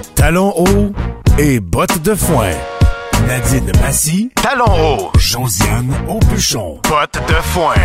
Talons hauts et bottes de foin. Nadine Massy, talons hauts. Josiane Aubuchon, bottes de foin.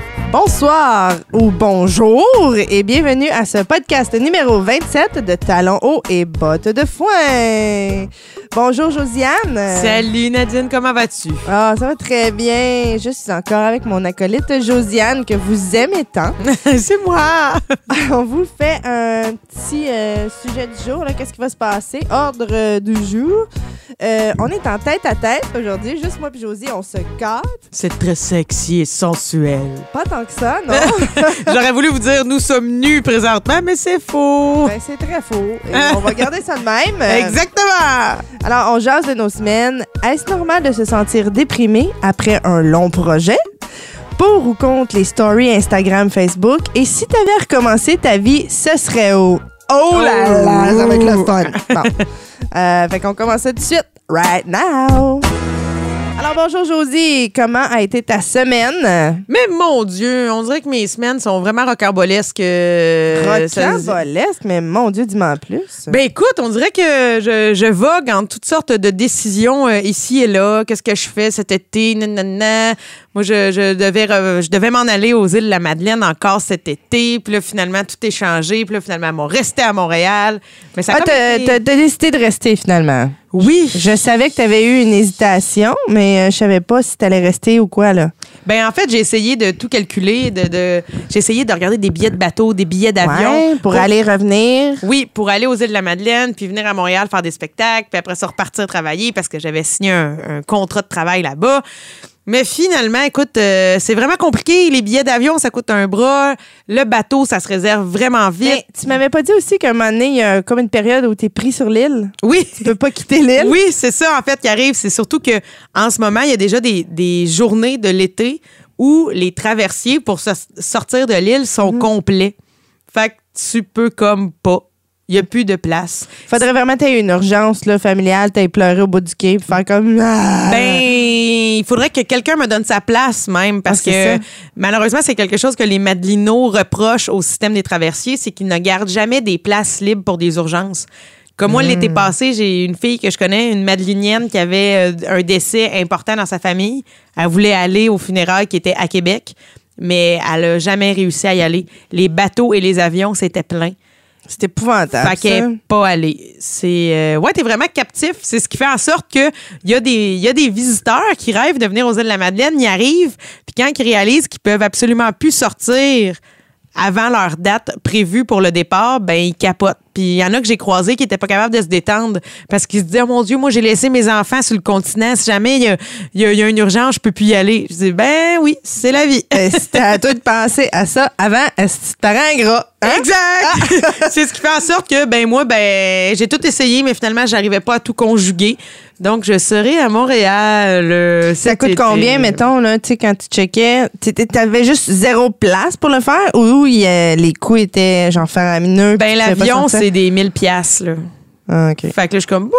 Bonsoir ou bonjour et bienvenue à ce podcast numéro 27 de Talons hauts et bottes de foin. Bonjour Josiane. Salut Nadine, comment vas-tu? Ah, ça va très bien. Je suis encore avec mon acolyte Josiane que vous aimez tant. C'est moi. On vous fait un petit sujet du jour. Là. Qu'est-ce qui va se passer? Ordre du jour. On est en tête à tête aujourd'hui. Juste moi et Josie, on se gâte. C'est très sexy et sensuel. Pas tant que ça, non? J'aurais voulu vous dire nous sommes nus présentement, mais c'est faux. Ben, c'est très faux. Et on va garder ça de même. Exactement. Alors, on jase de nos semaines. Est-ce normal de se sentir déprimé après un long projet? Pour ou contre les stories Instagram, Facebook? Et si tu avais recommencé ta vie, ce serait où? Oh là là, ça va être le fun. Bon. Fait qu'on commence ça tout de suite. Right now. Alors, bonjour Josie. Comment a été ta semaine? Mais mon Dieu, on dirait que mes semaines sont vraiment rocambolesques. Rocambolesque, mais mon Dieu, dis-moi en plus. Ben écoute, on dirait que je vogue en toutes sortes de décisions ici et là. Qu'est-ce que je fais cet été? Nanana. Moi, je devais m'en aller aux îles de la Madeleine encore cet été. Puis là, finalement, tout est changé. Puis là, finalement, on restait à Montréal. Mais ça t'as décidé de rester finalement. Oui. Je savais que tu avais eu une hésitation, mais je savais pas si tu allais rester ou quoi, là. Ben en fait, j'ai essayé de tout calculer. J'ai essayé de regarder des billets de bateau, des billets d'avion. Ouais, pour aller revenir. Oui, pour aller aux îles de la Madeleine, puis venir à Montréal faire des spectacles, puis après ça, repartir travailler parce que j'avais signé un contrat de travail là-bas. Mais finalement, écoute, c'est vraiment compliqué. Les billets d'avion, ça coûte un bras. Le bateau, ça se réserve vraiment vite. Mais tu m'avais pas dit aussi qu'à un moment donné, il y a comme une période où tu es pris sur l'île? Oui. Tu peux pas quitter l'île? Oui, c'est ça, en fait, qui arrive. C'est surtout que en ce moment, il y a déjà des journées de l'été où les traversiers pour sortir de l'île sont complets. Fait que tu peux comme pas. Il n'y a plus de place. Faudrait vraiment que tu aies une urgence là, familiale, t'aies pleuré au bout du quai puis faire comme... Ben, il faudrait que quelqu'un me donne sa place même parce que malheureusement, c'est quelque chose que les Madelinots reprochent au système des traversiers, c'est qu'ils ne gardent jamais des places libres pour des urgences. Comme moi, l'été passé, j'ai une fille que je connais, une Madelinienne qui avait un décès important dans sa famille. Elle voulait aller aux funérailles qui étaient à Québec, mais elle n'a jamais réussi à y aller. Les bateaux et les avions, c'était plein. C'est épouvantable. Fait qu'elle n'est pas allée. C'est t'es vraiment captif. C'est ce qui fait en sorte que il y a des visiteurs qui rêvent de venir aux îles de la Madeleine, ils arrivent, puis quand ils réalisent qu'ils peuvent absolument plus sortir avant leur date prévue pour le départ, ben ils capotent. Puis il y en a que j'ai croisés qui n'étaient pas capables de se détendre parce qu'ils se disaient, oh mon Dieu, moi j'ai laissé mes enfants sur le continent. Si jamais il y a une urgence, je peux plus y aller. Je dis, ben oui, c'est la vie. C'était à toi de penser à ça avant, est-ce que tu te parais ingrat? Hein? Exact! C'est ce qui fait en sorte que, moi, j'ai tout essayé, mais finalement, j'arrivais pas à tout conjuguer. Donc, je serai à Montréal. Ça coûte combien, mettons, là, tu sais, quand tu checkais? T'avais juste 0 place pour le faire ou les coûts étaient genre faramineux? Ben, l'avion, c'est des 1000 $, là. Ah, OK. Fait que là, je suis comme,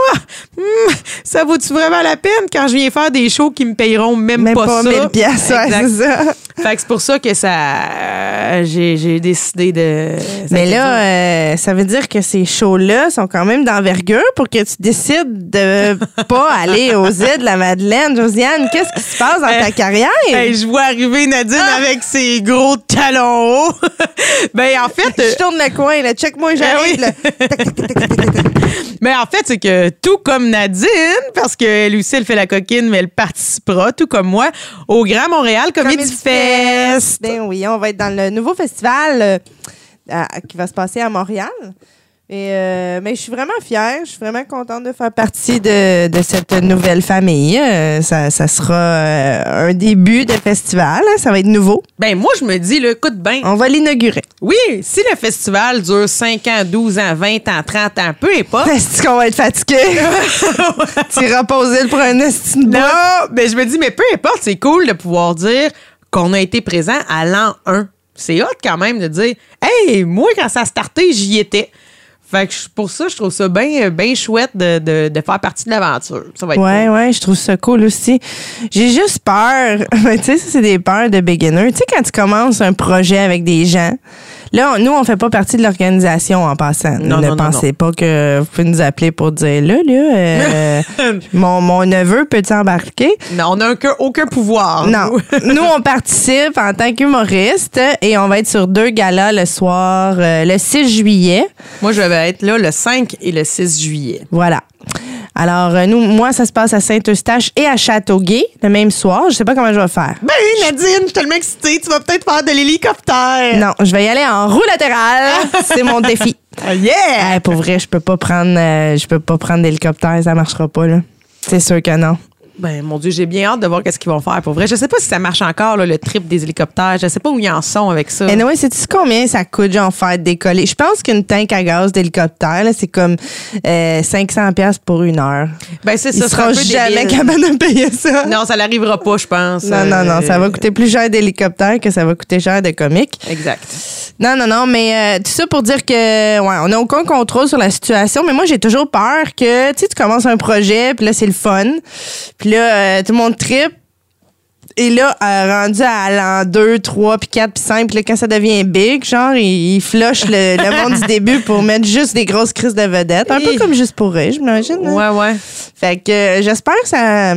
ça vaut-tu vraiment la peine quand je viens faire des shows qui me payeront même pas ça? 1000 $, ouais, c'est ça. Fait que c'est pour ça que j'ai décidé de... Mais là, ça veut dire que ces shows-là sont quand même d'envergure pour que tu décides de pas aller aux îles de la Madeleine. Josiane, qu'est-ce qui se passe dans ta carrière? Je vois arriver Nadine avec ses gros talons hauts. Ben, en fait... Je tourne le coin, là. Check-moi, j'arrive, là. Mais en fait, c'est que tout comme Nadine, parce qu'elle aussi, elle fait la coquine, mais elle participera, tout comme moi, au Grand Montréal Comedy Fest. Ben oui, on va être dans le nouveau festival qui va se passer à Montréal. Mais je suis vraiment fière, je suis vraiment contente de faire partie de cette nouvelle famille. Ça sera un début de festival, hein, ça va être nouveau. Ben moi, je me dis, là, écoute bien. On va l'inaugurer. Oui, si le festival dure 5 ans, 12 ans, 20 ans, 30 ans, peu importe. Est-ce qu'on va être fatigué? Tu iras poser pour un estime. Non, mais je me dis, mais peu importe, c'est cool de pouvoir dire qu'on a été présent à l'an 1. C'est hot quand même de dire, hey, moi, quand ça a starté, j'y étais. Fait que pour ça, je trouve ça bien chouette de faire partie de l'aventure. Ça va être cool. Ouais, je trouve ça cool aussi. J'ai juste peur. Tu sais, ça, c'est des peurs de beginner. Tu sais, quand tu commences un projet avec des gens, Là, nous, on fait pas partie de l'organisation en passant. Ne pensez pas que vous pouvez nous appeler pour dire mon neveu peut-tu embarquer? Non, on n'a aucun pouvoir. Non. Nous, on participe en tant qu'humoriste et on va être sur 2 galas le soir, le 6 juillet. Moi, je vais être là le 5 et le 6 juillet. Voilà. Alors, moi, ça se passe à Saint-Eustache et à Châteauguay le même soir. Je sais pas comment je vais faire. Ben, Nadine, je suis tellement excitée. Tu vas peut-être faire de l'hélicoptère. Non, je vais y aller en roue latérale. C'est mon défi. Yeah! Pour vrai, je peux pas prendre d'hélicoptère. Ça marchera pas, là. C'est sûr que non. Ben, mon Dieu, j'ai bien hâte de voir qu'est-ce qu'ils vont faire. Pour vrai, je sais pas si ça marche encore, là, le trip des hélicoptères. Je sais pas où ils en sont avec ça. Anyway, sais-tu combien ça coûte, genre, faire décoller? Je pense qu'une tank à gaz d'hélicoptère, là, c'est comme 500$ pour 1 heure. Ben, c'est ça. Ils seront jamais capables de payer ça. Non, ça n'arrivera pas, je pense. Non. Ça va coûter plus cher d'hélicoptère que ça va coûter cher de comique. Exact. Non, mais tout ça pour dire que, on n'a aucun contrôle sur la situation. Mais moi, j'ai toujours peur que, tu commences un projet, puis là, c'est le fun. Puis là, tout le monde trippe. Et là, rendu à l'an 2, 3, puis 4, puis 5, puis là, quand ça devient big, genre, il flush le monde du début pour mettre juste des grosses crises de vedettes. Un peu comme Juste pour rire, j'imagine. Hein? Ouais. Fait que j'espère que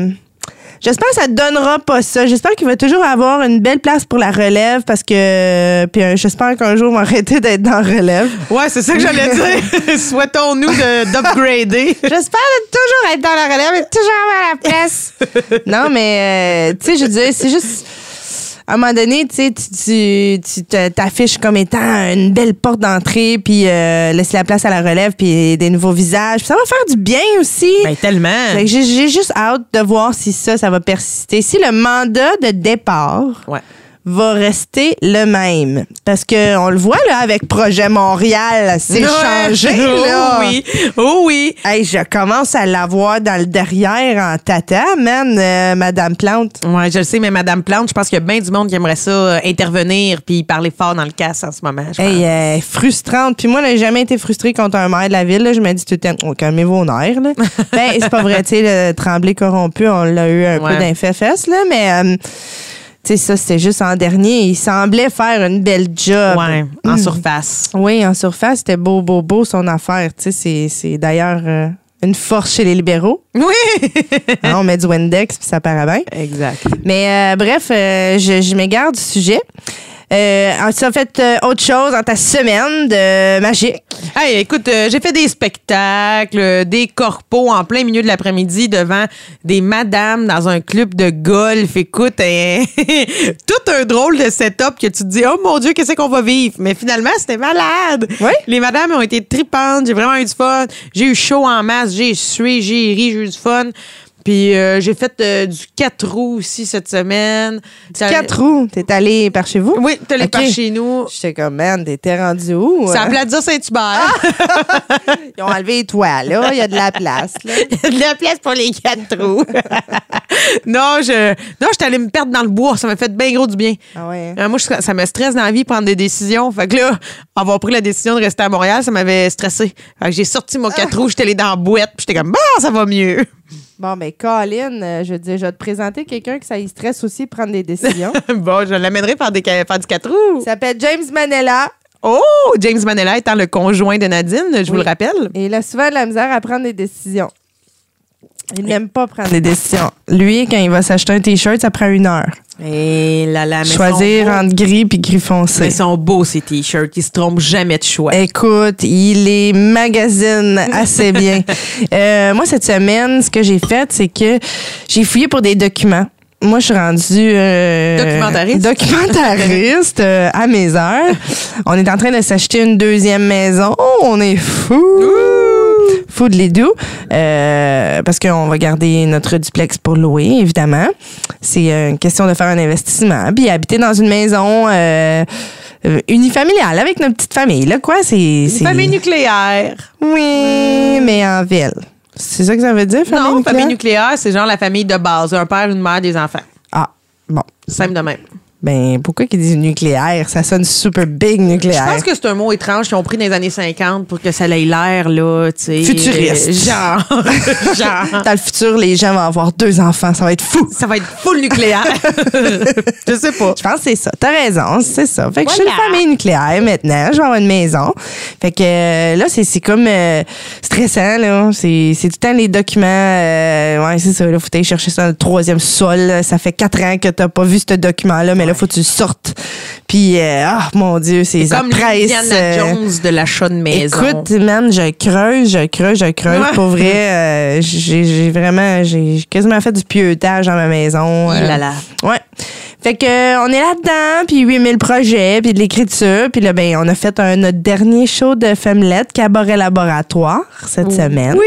ça donnera pas ça. J'espère qu'il va toujours avoir une belle place pour la relève parce que... Puis j'espère qu'un jour, on va arrêter d'être dans la relève. Ouais, c'est ça que j'allais dire. Souhaitons-nous d'upgrader. J'espère toujours être dans la relève et toujours avoir la place. Non, mais, tu sais, je veux dire, c'est juste... À un moment donné, tu sais, tu t'affiches comme étant une belle porte d'entrée, puis laisser la place à la relève, puis des nouveaux visages. Puis ça va faire du bien aussi. Ben, tellement. Fait que j'ai juste hâte de voir si ça va persister. Si le mandat de départ va rester le même. Parce que on le voit, là, avec Projet Montréal, c'est changé, là. Oh oui. Hey, je commence à la voir dans le derrière en tata, man, Madame Plante. Ouais, je le sais, mais Madame Plante, je pense qu'il y a bien du monde qui aimerait ça intervenir puis parler fort dans le casse en ce moment. Hey, frustrante. Puis moi, là, j'ai jamais été frustrée contre un maire de la ville. Là. Je me dis tout le temps, calmez vos nerfs. Là. Ben, c'est pas vrai, tu sais, le Tremblay corrompu, on l'a eu un peu d'infest-fesse, là, mais... tu sais, ça, c'était juste en dernier. Il semblait faire une belle job. Ouais, en surface. Oui, en surface, c'était beau son affaire. Tu sais, c'est d'ailleurs une force chez les libéraux. Oui! On met du Windex, puis ça paraît bien. Exact. Mais bref, je m'égare du sujet. Tu as fait autre chose dans ta semaine de magique? Hey, écoute, j'ai fait des spectacles, des corpos en plein milieu de l'après-midi devant des madames dans un club de golf. Écoute, tout un drôle de setup que tu te dis, oh mon Dieu, qu'est-ce qu'on va vivre? Mais finalement, c'était malade. Oui? Les madames ont été tripantes, j'ai vraiment eu du fun. J'ai eu chaud en masse, j'ai sué, j'ai ri, j'ai eu du fun. Puis j'ai fait du 4 roues aussi cette semaine. 4 roues? T'es allé par chez vous? Oui, t'es allé par chez nous. J'étais comme, man, t'étais rendu où? C'est à Plaza Saint-Hubert. Ils ont enlevé les toits, là. Il y a de la place. Là. Il y a de la place pour les 4 roues. Non, j'étais allée me perdre dans le bois. Ça m'a fait bien gros du bien. Ah ouais. Moi, ça me stresse dans la vie de prendre des décisions. Fait que là, avoir pris la décision de rester à Montréal, ça m'avait stressé. Fait que j'ai sorti mon 4 roues, j'étais allée dans la boîte, puis j'étais comme, ça va mieux. Bon, mais Colin, je veux dire, je vais te présenter quelqu'un que ça y stresse aussi prendre des décisions. Bon, je l'amènerai faire du 4 roues. Il s'appelle James Manella. Oh! James Manella étant le conjoint de Nadine, je vous le rappelle. Et il a souvent de la misère à prendre des décisions. Il n'aime pas prendre des décisions. Lui, quand il va s'acheter un T-shirt, ça prend 1 heure. Et là, choisir entre gris puis gris foncé. Mais ils sont beaux, ces T-shirts. Ils se trompent jamais de choix. Écoute, il les magasine assez bien. Moi, cette semaine, ce que j'ai fait, c'est que j'ai fouillé pour des documents. Moi, je suis rendue documentariste à mes heures. On est en train de s'acheter une 2e maison. Oh, on est fous! Fou de les doux, parce qu'on va garder notre duplex pour louer, évidemment. C'est une question de faire un investissement. Puis habiter dans une maison unifamiliale avec notre petite famille. Là, quoi, c'est famille nucléaire. Oui, mais en ville. C'est ça que ça veut dire, famille nucléaire? Famille nucléaire, c'est genre la famille de base. Un père, une mère, des enfants. Ah, bon. Simple de même. Ben, pourquoi qu'ils disent nucléaire? Ça sonne super big, nucléaire. Je pense que c'est un mot étrange qu'ils ont pris dans les années 50 pour que ça ait l'air, là, tu sais. Futuriste. Genre. Dans le futur, les gens vont avoir 2 enfants. Ça va être fou. Ça va être full nucléaire. Je sais pas. Je pense que c'est ça. T'as raison, c'est ça. Fait que Voilà. je suis une famille nucléaire maintenant. Je vais avoir une maison. Fait que là, c'est comme stressant, là. C'est tout le temps les documents. Ouais, c'est ça. Là, faut aller chercher ça dans le 3e sol. Là. Ça fait 4 ans que t'as pas vu ce document-là, mais là, faut que tu le sortes. Puis, mon Dieu, c'est ça comme presse. Indiana Jones de l'achat de maison. Écoute, man, je creuse. Ouais. Pour vrai, j'ai quasiment fait du pieutage dans ma maison. Là là. Ouais. Fait que on est là-dedans, puis 8000 projets, puis de l'écriture. Puis là, ben, on a fait notre dernier show de Femmelette, Cabaret Laboratoire, cette semaine.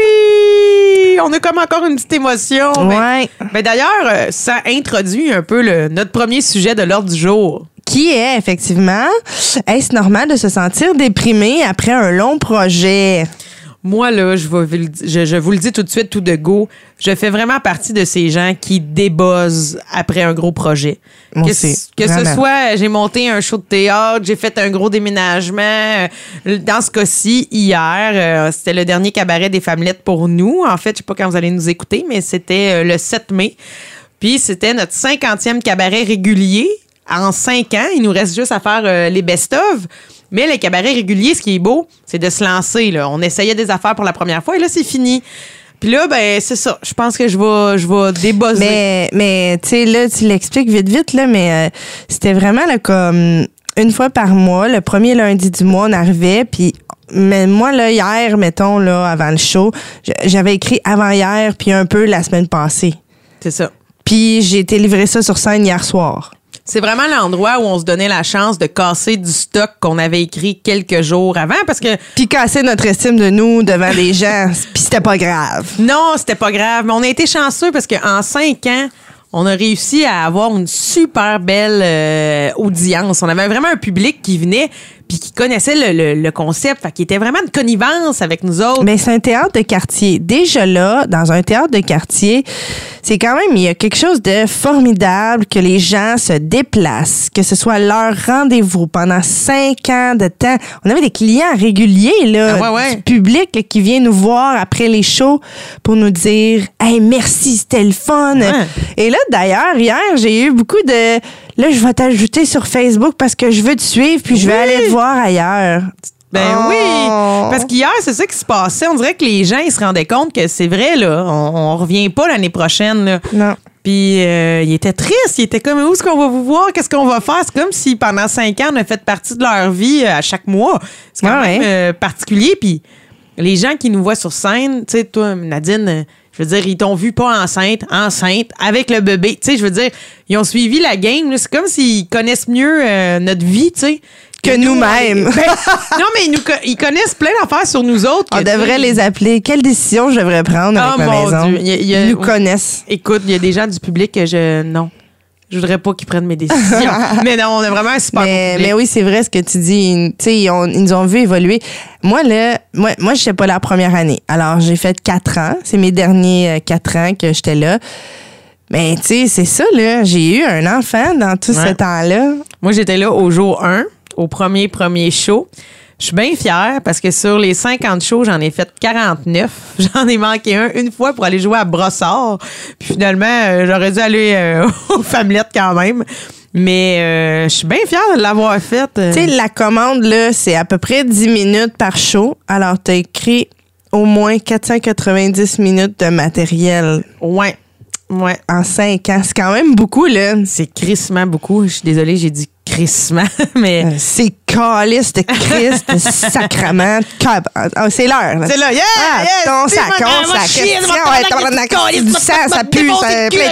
Oui! On a comme encore une petite émotion. Ouais. Ben d'ailleurs, ça introduit un peu notre premier sujet de l'ordre du jour. Qui est, effectivement, est-ce normal de se sentir déprimé après un long projet? Moi, là, je vous le dis tout de suite, tout de go, je fais vraiment partie de ces gens qui débossent après un gros projet. Moi Que aussi, ce vraiment. soit, j'ai monté un show de théâtre, j'ai fait un gros déménagement. Dans ce cas-ci, hier, c'était le dernier cabaret des Femmelettes pour nous. En fait, je sais pas quand vous allez nous écouter, mais c'était le 7 mai. Puis c'était notre 50e cabaret régulier en 5 ans. Il nous reste juste à faire les best-of. Mais les cabarets réguliers, ce qui est beau, c'est de se lancer. Là. On essayait des affaires pour la première fois et là, c'est fini. Puis là, ben c'est ça. Je pense que je vais débosser. Mais tu sais, là, tu l'expliques vite, là, mais c'était vraiment là, comme une fois par mois, le premier lundi du mois, on arrivait, puis mais moi, là, hier, mettons, là, avant le show, j'avais écrit avant-hier, puis un peu la semaine passée. C'est ça. Puis j'ai été livré ça sur scène hier soir. C'est vraiment l'endroit où on se donnait la chance de casser du stock qu'on avait écrit quelques jours avant parce que... Puis casser notre estime de nous devant les gens, puis c'était pas grave. Non, c'était pas grave. Mais on a été chanceux parce qu'en 5 ans, on a réussi à avoir une super belle audience. On avait vraiment un public qui venait puis qui connaissait le concept, fait qui était vraiment de connivence avec nous autres. Mais c'est un théâtre de quartier. Déjà là, dans un théâtre de quartier, c'est quand même, il y a quelque chose de formidable que les gens se déplacent, que ce soit leur rendez-vous pendant 5 ans de temps. On avait des clients réguliers, là, du public là, qui vient nous voir après les shows pour nous dire « Hey, merci, c'était le fun! Ouais. » Et là, d'ailleurs, hier, j'ai eu beaucoup de... Là, je vais t'ajouter sur Facebook parce que je veux te suivre puis je vais aller te voir ailleurs. Oui, parce qu'hier, c'est ça qui se passait. On dirait que les gens, ils se rendaient compte que c'est vrai, là, on revient pas l'année prochaine. Là. Non. Puis, il était triste. Il était comme, où est-ce qu'on va vous voir? Qu'est-ce qu'on va faire? C'est comme si pendant 5 ans, on a fait partie de leur vie à chaque mois. C'est quand même particulier. Puis, les gens qui nous voient sur scène, tu sais, toi, Nadine... Je veux dire, ils t'ont vu pas enceinte, avec le bébé. Tu sais, je veux dire, ils ont suivi la game. Là. C'est comme s'ils connaissent mieux notre vie, tu sais. Que nous-mêmes. Non, mais ils connaissent plein d'affaires sur nous autres. On devrait les appeler. Quelle décision je devrais prendre avec ma maison? Dieu. Ils nous connaissent. Écoute, il y a des gens du public que non. Je voudrais pas qu'ils prennent mes décisions. Mais non, on a vraiment un super public. Mais oui, c'est vrai ce que tu dis. Tu sais, ils nous ont vu évoluer. Moi, là, moi, je sais pas la première année. Alors, j'ai fait 4 ans. C'est mes derniers 4 ans que j'étais là. Mais tu sais, c'est ça, là. J'ai eu un enfant dans tout ce temps-là. Moi, j'étais là au jour 1, au premier show. Je suis bien fière parce que sur les 50 shows, j'en ai fait 49. J'en ai manqué une fois pour aller jouer à Brossard. Puis finalement, j'aurais dû aller aux Femmelettes quand même. Mais je suis bien fière de l'avoir faite. Tu sais, la commande, là, c'est à peu près 10 minutes par show. Alors, t'as écrit au moins 490 minutes de matériel. Ouais. En 5 ans. C'est quand même beaucoup, là. C'est crissement beaucoup. Je suis désolée, j'ai dit crissement, mais... C'est calice de Christ, de sacrement. C'est l'heure. Là. C'est là, yeah! Ton sac, ça question. Du sang, ça pue, ça plein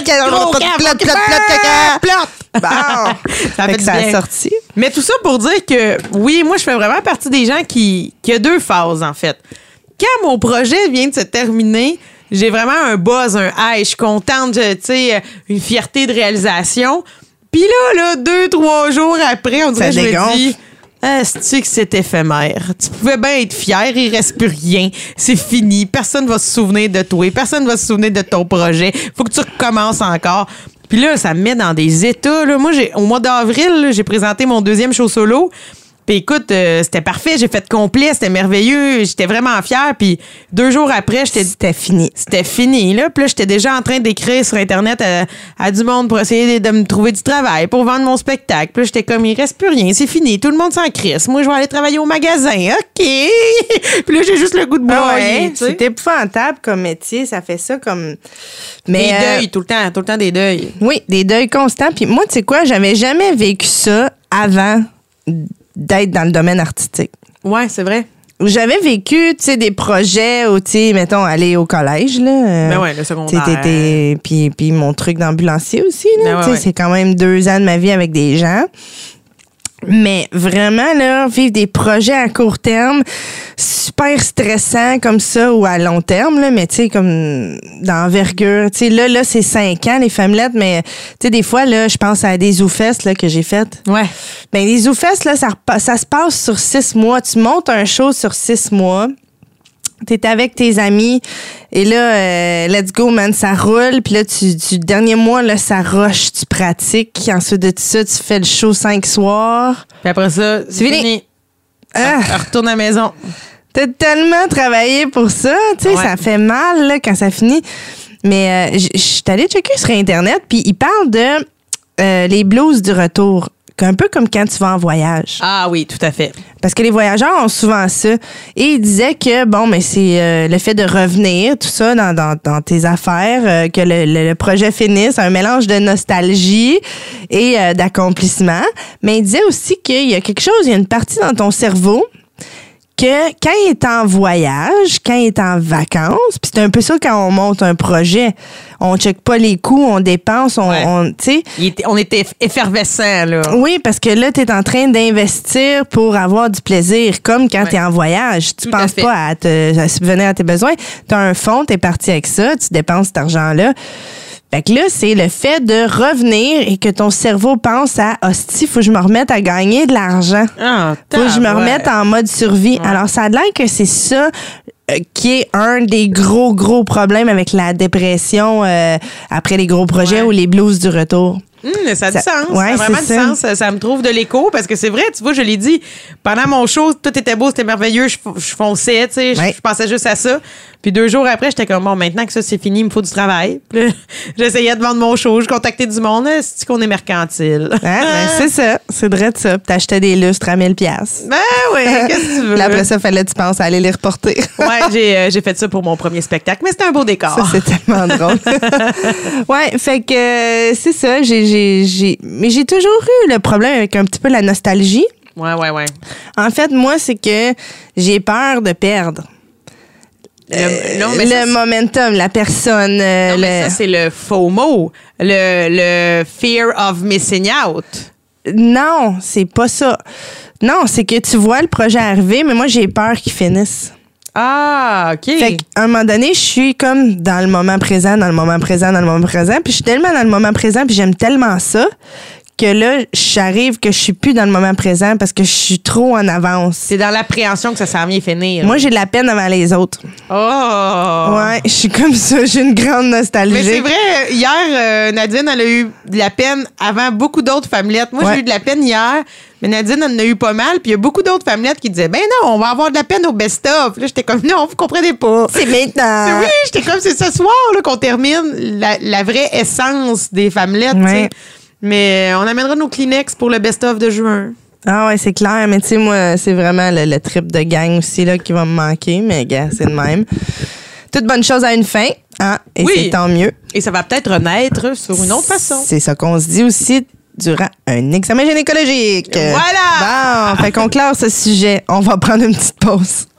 de Bon, ça fait que ça a sorti. Mais tout ça pour dire que, oui, moi, je fais vraiment partie des gens qui a 2 phases, en fait. Quand mon projet vient de se terminer... J'ai vraiment un buzz, un high. Je suis contente, tu sais, une fierté de réalisation. Puis là, 2-3 jours après, on dirait que je me dis... Est-ce que c'est éphémère? Tu pouvais bien être fier, il reste plus rien. C'est fini. Personne va se souvenir de toi. Personne va se souvenir de ton projet. Faut que tu recommences encore. Puis là, ça me met dans des états. Là. Moi, au mois d'avril, là, j'ai présenté mon 2e show solo. Puis écoute, c'était parfait. J'ai fait complet. C'était merveilleux. J'étais vraiment fière. Puis 2 jours après, C'était fini. C'était fini, là. Puis là, j'étais déjà en train d'écrire sur Internet à du monde pour essayer de me trouver du travail, pour vendre mon spectacle. Puis là, j'étais comme, il reste plus rien. C'est fini. Tout le monde s'en crisse. Moi, je vais aller travailler au magasin. OK. Puis là, j'ai juste le goût de broyer. C'est épouvantable comme métier. Ça fait ça comme... Mais des deuils, tout le temps des deuils. Oui, des deuils constants. Puis moi, tu sais quoi, j'avais jamais vécu ça avant d'être dans le domaine artistique. Ouais, c'est vrai. J'avais vécu, tu sais, des projets où, tu sais, mettons, aller au collège, là. Ben ouais, le secondaire. Puis mon truc d'ambulancier aussi, là. Ben tu sais, ouais. c'est quand même 2 ans de ma vie avec des gens. Mais vraiment, là, vivre des projets à court terme, super stressant comme ça, ou à long terme, là, mais tu sais, comme d'envergure. Tu sais, là, c'est 5 ans, les Famelettes, mais tu sais, des fois, là, je pense à des ZooFest, là, que j'ai faites. Ouais. Ben, les ZooFest, là, ça se passe sur 6 mois. Tu montes un show sur 6 mois. T'es avec tes amis et là, let's go, man, ça roule. Puis là, du dernier mois, là, ça rush, tu pratiques. Ensuite de tout ça, tu fais le show 5 soirs. Puis après ça, c'est fini. Retourne à la maison. T'as tellement travaillé pour ça, tu sais, ça fait mal là, quand ça finit. Mais je suis allée checker sur Internet, puis ils parlent de les blues du retour. Un peu comme quand tu vas en voyage. Ah oui, tout à fait. Parce que les voyageurs ont souvent ça. Et ils disaient que, bon, mais c'est le fait de revenir, tout ça, dans tes affaires, que le projet finisse, un mélange de nostalgie et d'accomplissement. Mais ils disaient aussi qu'il y a quelque chose, il y a une partie dans ton cerveau que quand il est en voyage, quand il est en vacances, puis c'est un peu ça quand on monte un projet, on check pas les coûts, on dépense, tu sais. On était effervescent, là. Oui, parce que là, t'es en train d'investir pour avoir du plaisir, comme quand t'es en voyage. Tu penses pas à subvenir à tes besoins. T'as un fonds, t'es parti avec ça, tu dépenses cet argent-là. Fait que là, c'est le fait de revenir et que ton cerveau pense à « Hostie, faut que je me remette à gagner de l'argent. Faut que je me remette en mode survie. » Alors, ça a l'air que c'est ça qui est un des gros problèmes avec la dépression après les gros projets ou les blues du retour. Ça a du sens. Ouais, ça a vraiment du sens. Ça me trouve de l'écho parce que c'est vrai, tu vois, je l'ai dit, pendant mon show, tout était beau, c'était merveilleux, je fonçais, tu sais, je pensais juste à ça. Puis 2 jours après, j'étais comme, bon, maintenant que ça c'est fini, il me faut du travail. Puis là, j'essayais de vendre mon show, je contactais du monde, c'est qu'on est mercantile. C'est ça, c'est vrai de ça. Puis t'achetais des lustres à 1000$. Ben oui, qu'est-ce que tu veux? Puis après ça, fallait que tu penses à aller les reporter. Ouais, j'ai fait ça pour mon premier spectacle, mais c'était un beau décor. Ça, c'est tellement drôle. Ouais, fait que c'est ça, mais j'ai toujours eu le problème avec un petit peu la nostalgie. Ouais. En fait, moi, c'est que j'ai peur de perdre. Le momentum, la personne. Mais ça, c'est le FOMO, le fear of missing out. Non, c'est pas ça. Non, c'est que tu vois le projet arriver, mais moi, j'ai peur qu'il finisse. Ah, OK. Fait qu'à un moment donné, je suis comme dans le moment présent, puis je suis tellement dans le moment présent, puis j'aime tellement ça que là, j'arrive que je suis plus dans le moment présent parce que je suis trop en avance. C'est dans l'appréhension que ça s'en vient finir. Moi, j'ai de la peine devant les autres. Oh! Ouais, je suis comme ça, j'ai une grande nostalgie. Mais c'est vrai, hier, Nadine, elle a eu de la peine avant beaucoup d'autres famillettes. Moi, j'ai eu de la peine hier, mais Nadine en a eu pas mal. Puis il y a beaucoup d'autres famillettes qui disaient, ben non, on va avoir de la peine au best-of. Là, j'étais comme, non, vous comprenez pas. C'est maintenant. Oui, j'étais comme, c'est ce soir là, qu'on termine la vraie essence des famillettes. Ouais. Mais on amènera nos Kleenex pour le best-of de juin. Ah ouais, c'est clair. Mais tu sais, moi, c'est vraiment le trip de gang aussi là, qui va me manquer. Mais gars, c'est le même. Toute bonne chose a une fin. Hein, et c'est tant mieux. Et ça va peut-être renaître sur une autre façon. C'est ça qu'on se dit aussi durant un examen gynécologique. Voilà! Bon, fait qu'on clore ce sujet. On va prendre une petite pause.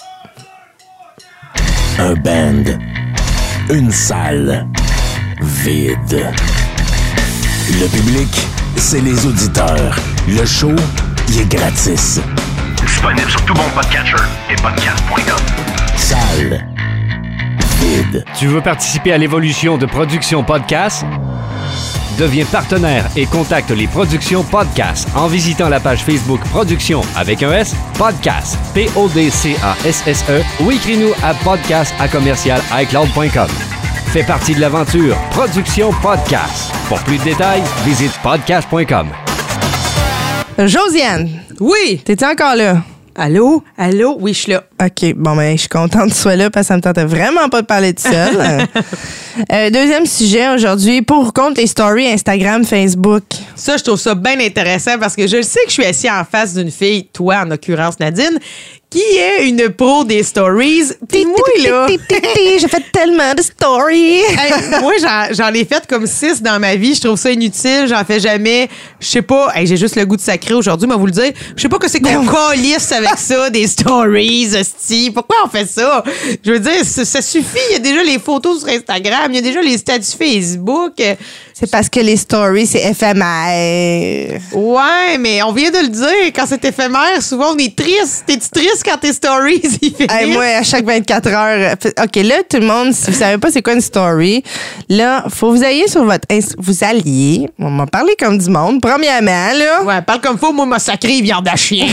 Un band. Une salle. Vide. Le public, c'est les auditeurs. Le show, il est gratis. Disponible sur tout bon podcatcher et podcast.com. Salle. Vide. Tu veux participer à l'évolution de Production Podcast? Deviens partenaire et contacte les Productions Podcast en visitant la page Facebook Productions avec un S, Podcast, PODCASSE ou écris-nous à podcast@icloud.com. fait partie de l'aventure Production Podcast. Pour plus de détails, visite podcast.com. Josiane. Oui. T'es-tu encore là? Allô? Allô? Oui, je suis là. OK. Bon, ben, je suis contente que tu sois là parce que ça me tentait vraiment pas de parler de seul. Deuxième sujet aujourd'hui, pour ou contre les stories Instagram, Facebook. Ça, je trouve ça bien intéressant parce que je sais que je suis assis en face d'une fille, toi en l'occurrence Nadine, qui est une pro des stories. Puis moi, là... J'ai fait tellement de stories. Hey, moi, j'en ai fait comme 6 dans ma vie. Je trouve ça inutile. J'en fais jamais. Je sais pas. Hey, j'ai juste le goût de sacrer aujourd'hui, mais vous le dire. Je sais pas que c'est qu'on calisse avec ça, des stories, hostie. Pourquoi on fait ça? Je veux dire, ça suffit. Il y a déjà les photos sur Instagram. Il y a déjà les statuts Facebook. C'est parce que les stories, c'est éphémère. Ouais, mais on vient de le dire. Quand c'est éphémère, souvent, on est triste. T'es-tu triste quand tes stories, ils finissent? Hey, moi, à chaque 24 heures. OK, là, tout le monde, si vous savez pas c'est quoi une story, là, faut vous allier sur votre... Vous alliez. On m'a parlé comme du monde. Premièrement, là... Ouais, parle comme faut. Moi, m'a sacré viande à chien.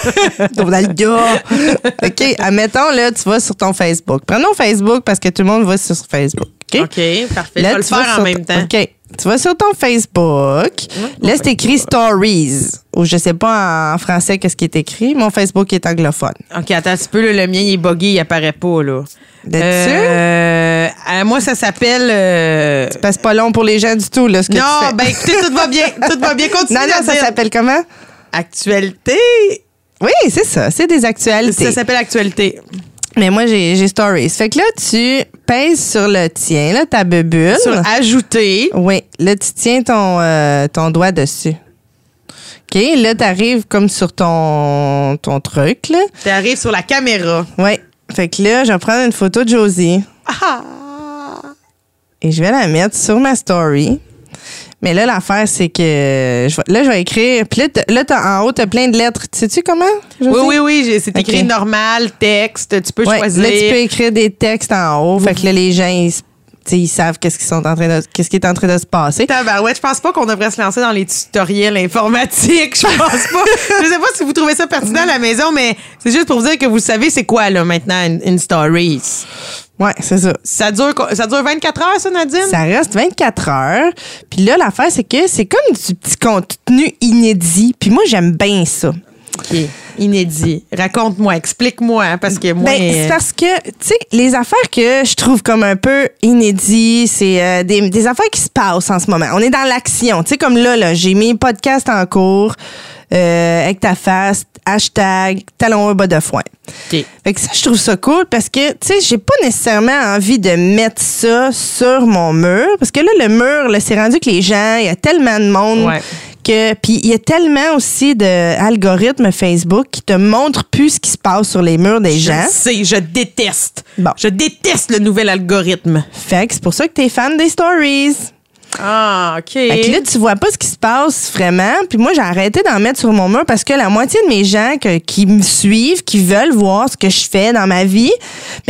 OK, admettons, là, tu vas sur ton Facebook. Prenons Facebook parce que tout le monde va sur Facebook. OK, parfait. Là, je vais le faire en même temps. OK. Tu vas sur ton Facebook. Là, c'est écrit Stories. Ou je sais pas en français qu'est-ce qui est écrit. Mon Facebook est anglophone. OK, attends un petit peu. Là, le mien, il est buggé. Il apparaît pas, là. Moi, ça s'appelle... C'est pas long pour les gens du tout, là, ce que tu fais. Non, ben écoutez, tout va bien. Tout va bien. Continue. Non, ça s'appelle comment? Actualité. Oui, c'est ça. C'est des actualités. Ça s'appelle Actualité. Mais moi, j'ai Stories. Fait que là, tu pèses sur le tien, là, ta bubule. Sur Ajouter. Oui. Là, tu tiens ton doigt dessus. OK. Là, t'arrives comme sur ton truc, là. T'arrives sur la caméra. Oui. Fait que là, je vais prendre une photo de Josie. Ah! Et je vais la mettre sur ma story. Mais là, l'affaire, c'est que... je vais écrire... Puis là, en haut, t'as plein de lettres. Sais-tu comment, Josie? Oui. C'est écrit normal, texte. Tu peux choisir. Là, tu peux écrire des textes en haut. Fait que là, les gens, ils savent qu'est-ce qui est en train de se passer. Ouais, je pense pas qu'on devrait se lancer dans les tutoriels informatiques. Je pense pas. Je sais pas si vous trouvez ça pertinent à la maison, mais c'est juste pour vous dire que vous savez c'est quoi, là, maintenant, une stories. Ouais, c'est ça. Ça dure 24 heures, ça, Nadine? Ça reste 24 heures. Puis là, l'affaire, c'est que c'est comme du petit contenu inédit. Puis moi, j'aime bien ça. OK. Inédit. Raconte-moi, explique-moi, parce que moi... c'est parce que, tu sais, les affaires que je trouve comme un peu inédits, c'est des affaires qui se passent en ce moment. On est dans l'action. Tu sais, comme là, j'ai mis podcast en cours avec ta face, hashtag talons bas de foin. OK. Fait que ça, je trouve ça cool parce que, tu sais, j'ai pas nécessairement envie de mettre ça sur mon mur. Parce que là, le mur, là, c'est rendu que les gens, il y a tellement de monde... Ouais. Puis il y a tellement aussi d'algorithmes Facebook qui te montrent plus ce qui se passe sur les murs des gens. Je sais, je déteste. Bon. Je déteste le nouvel algorithme. Fait que c'est pour ça que t'es fan des stories. Ah, OK. Fait que là, tu vois pas ce qui se passe vraiment. Puis moi, j'ai arrêté d'en mettre sur mon mur parce que la moitié de mes gens qui me suivent, qui veulent voir ce que je fais dans ma vie, ben,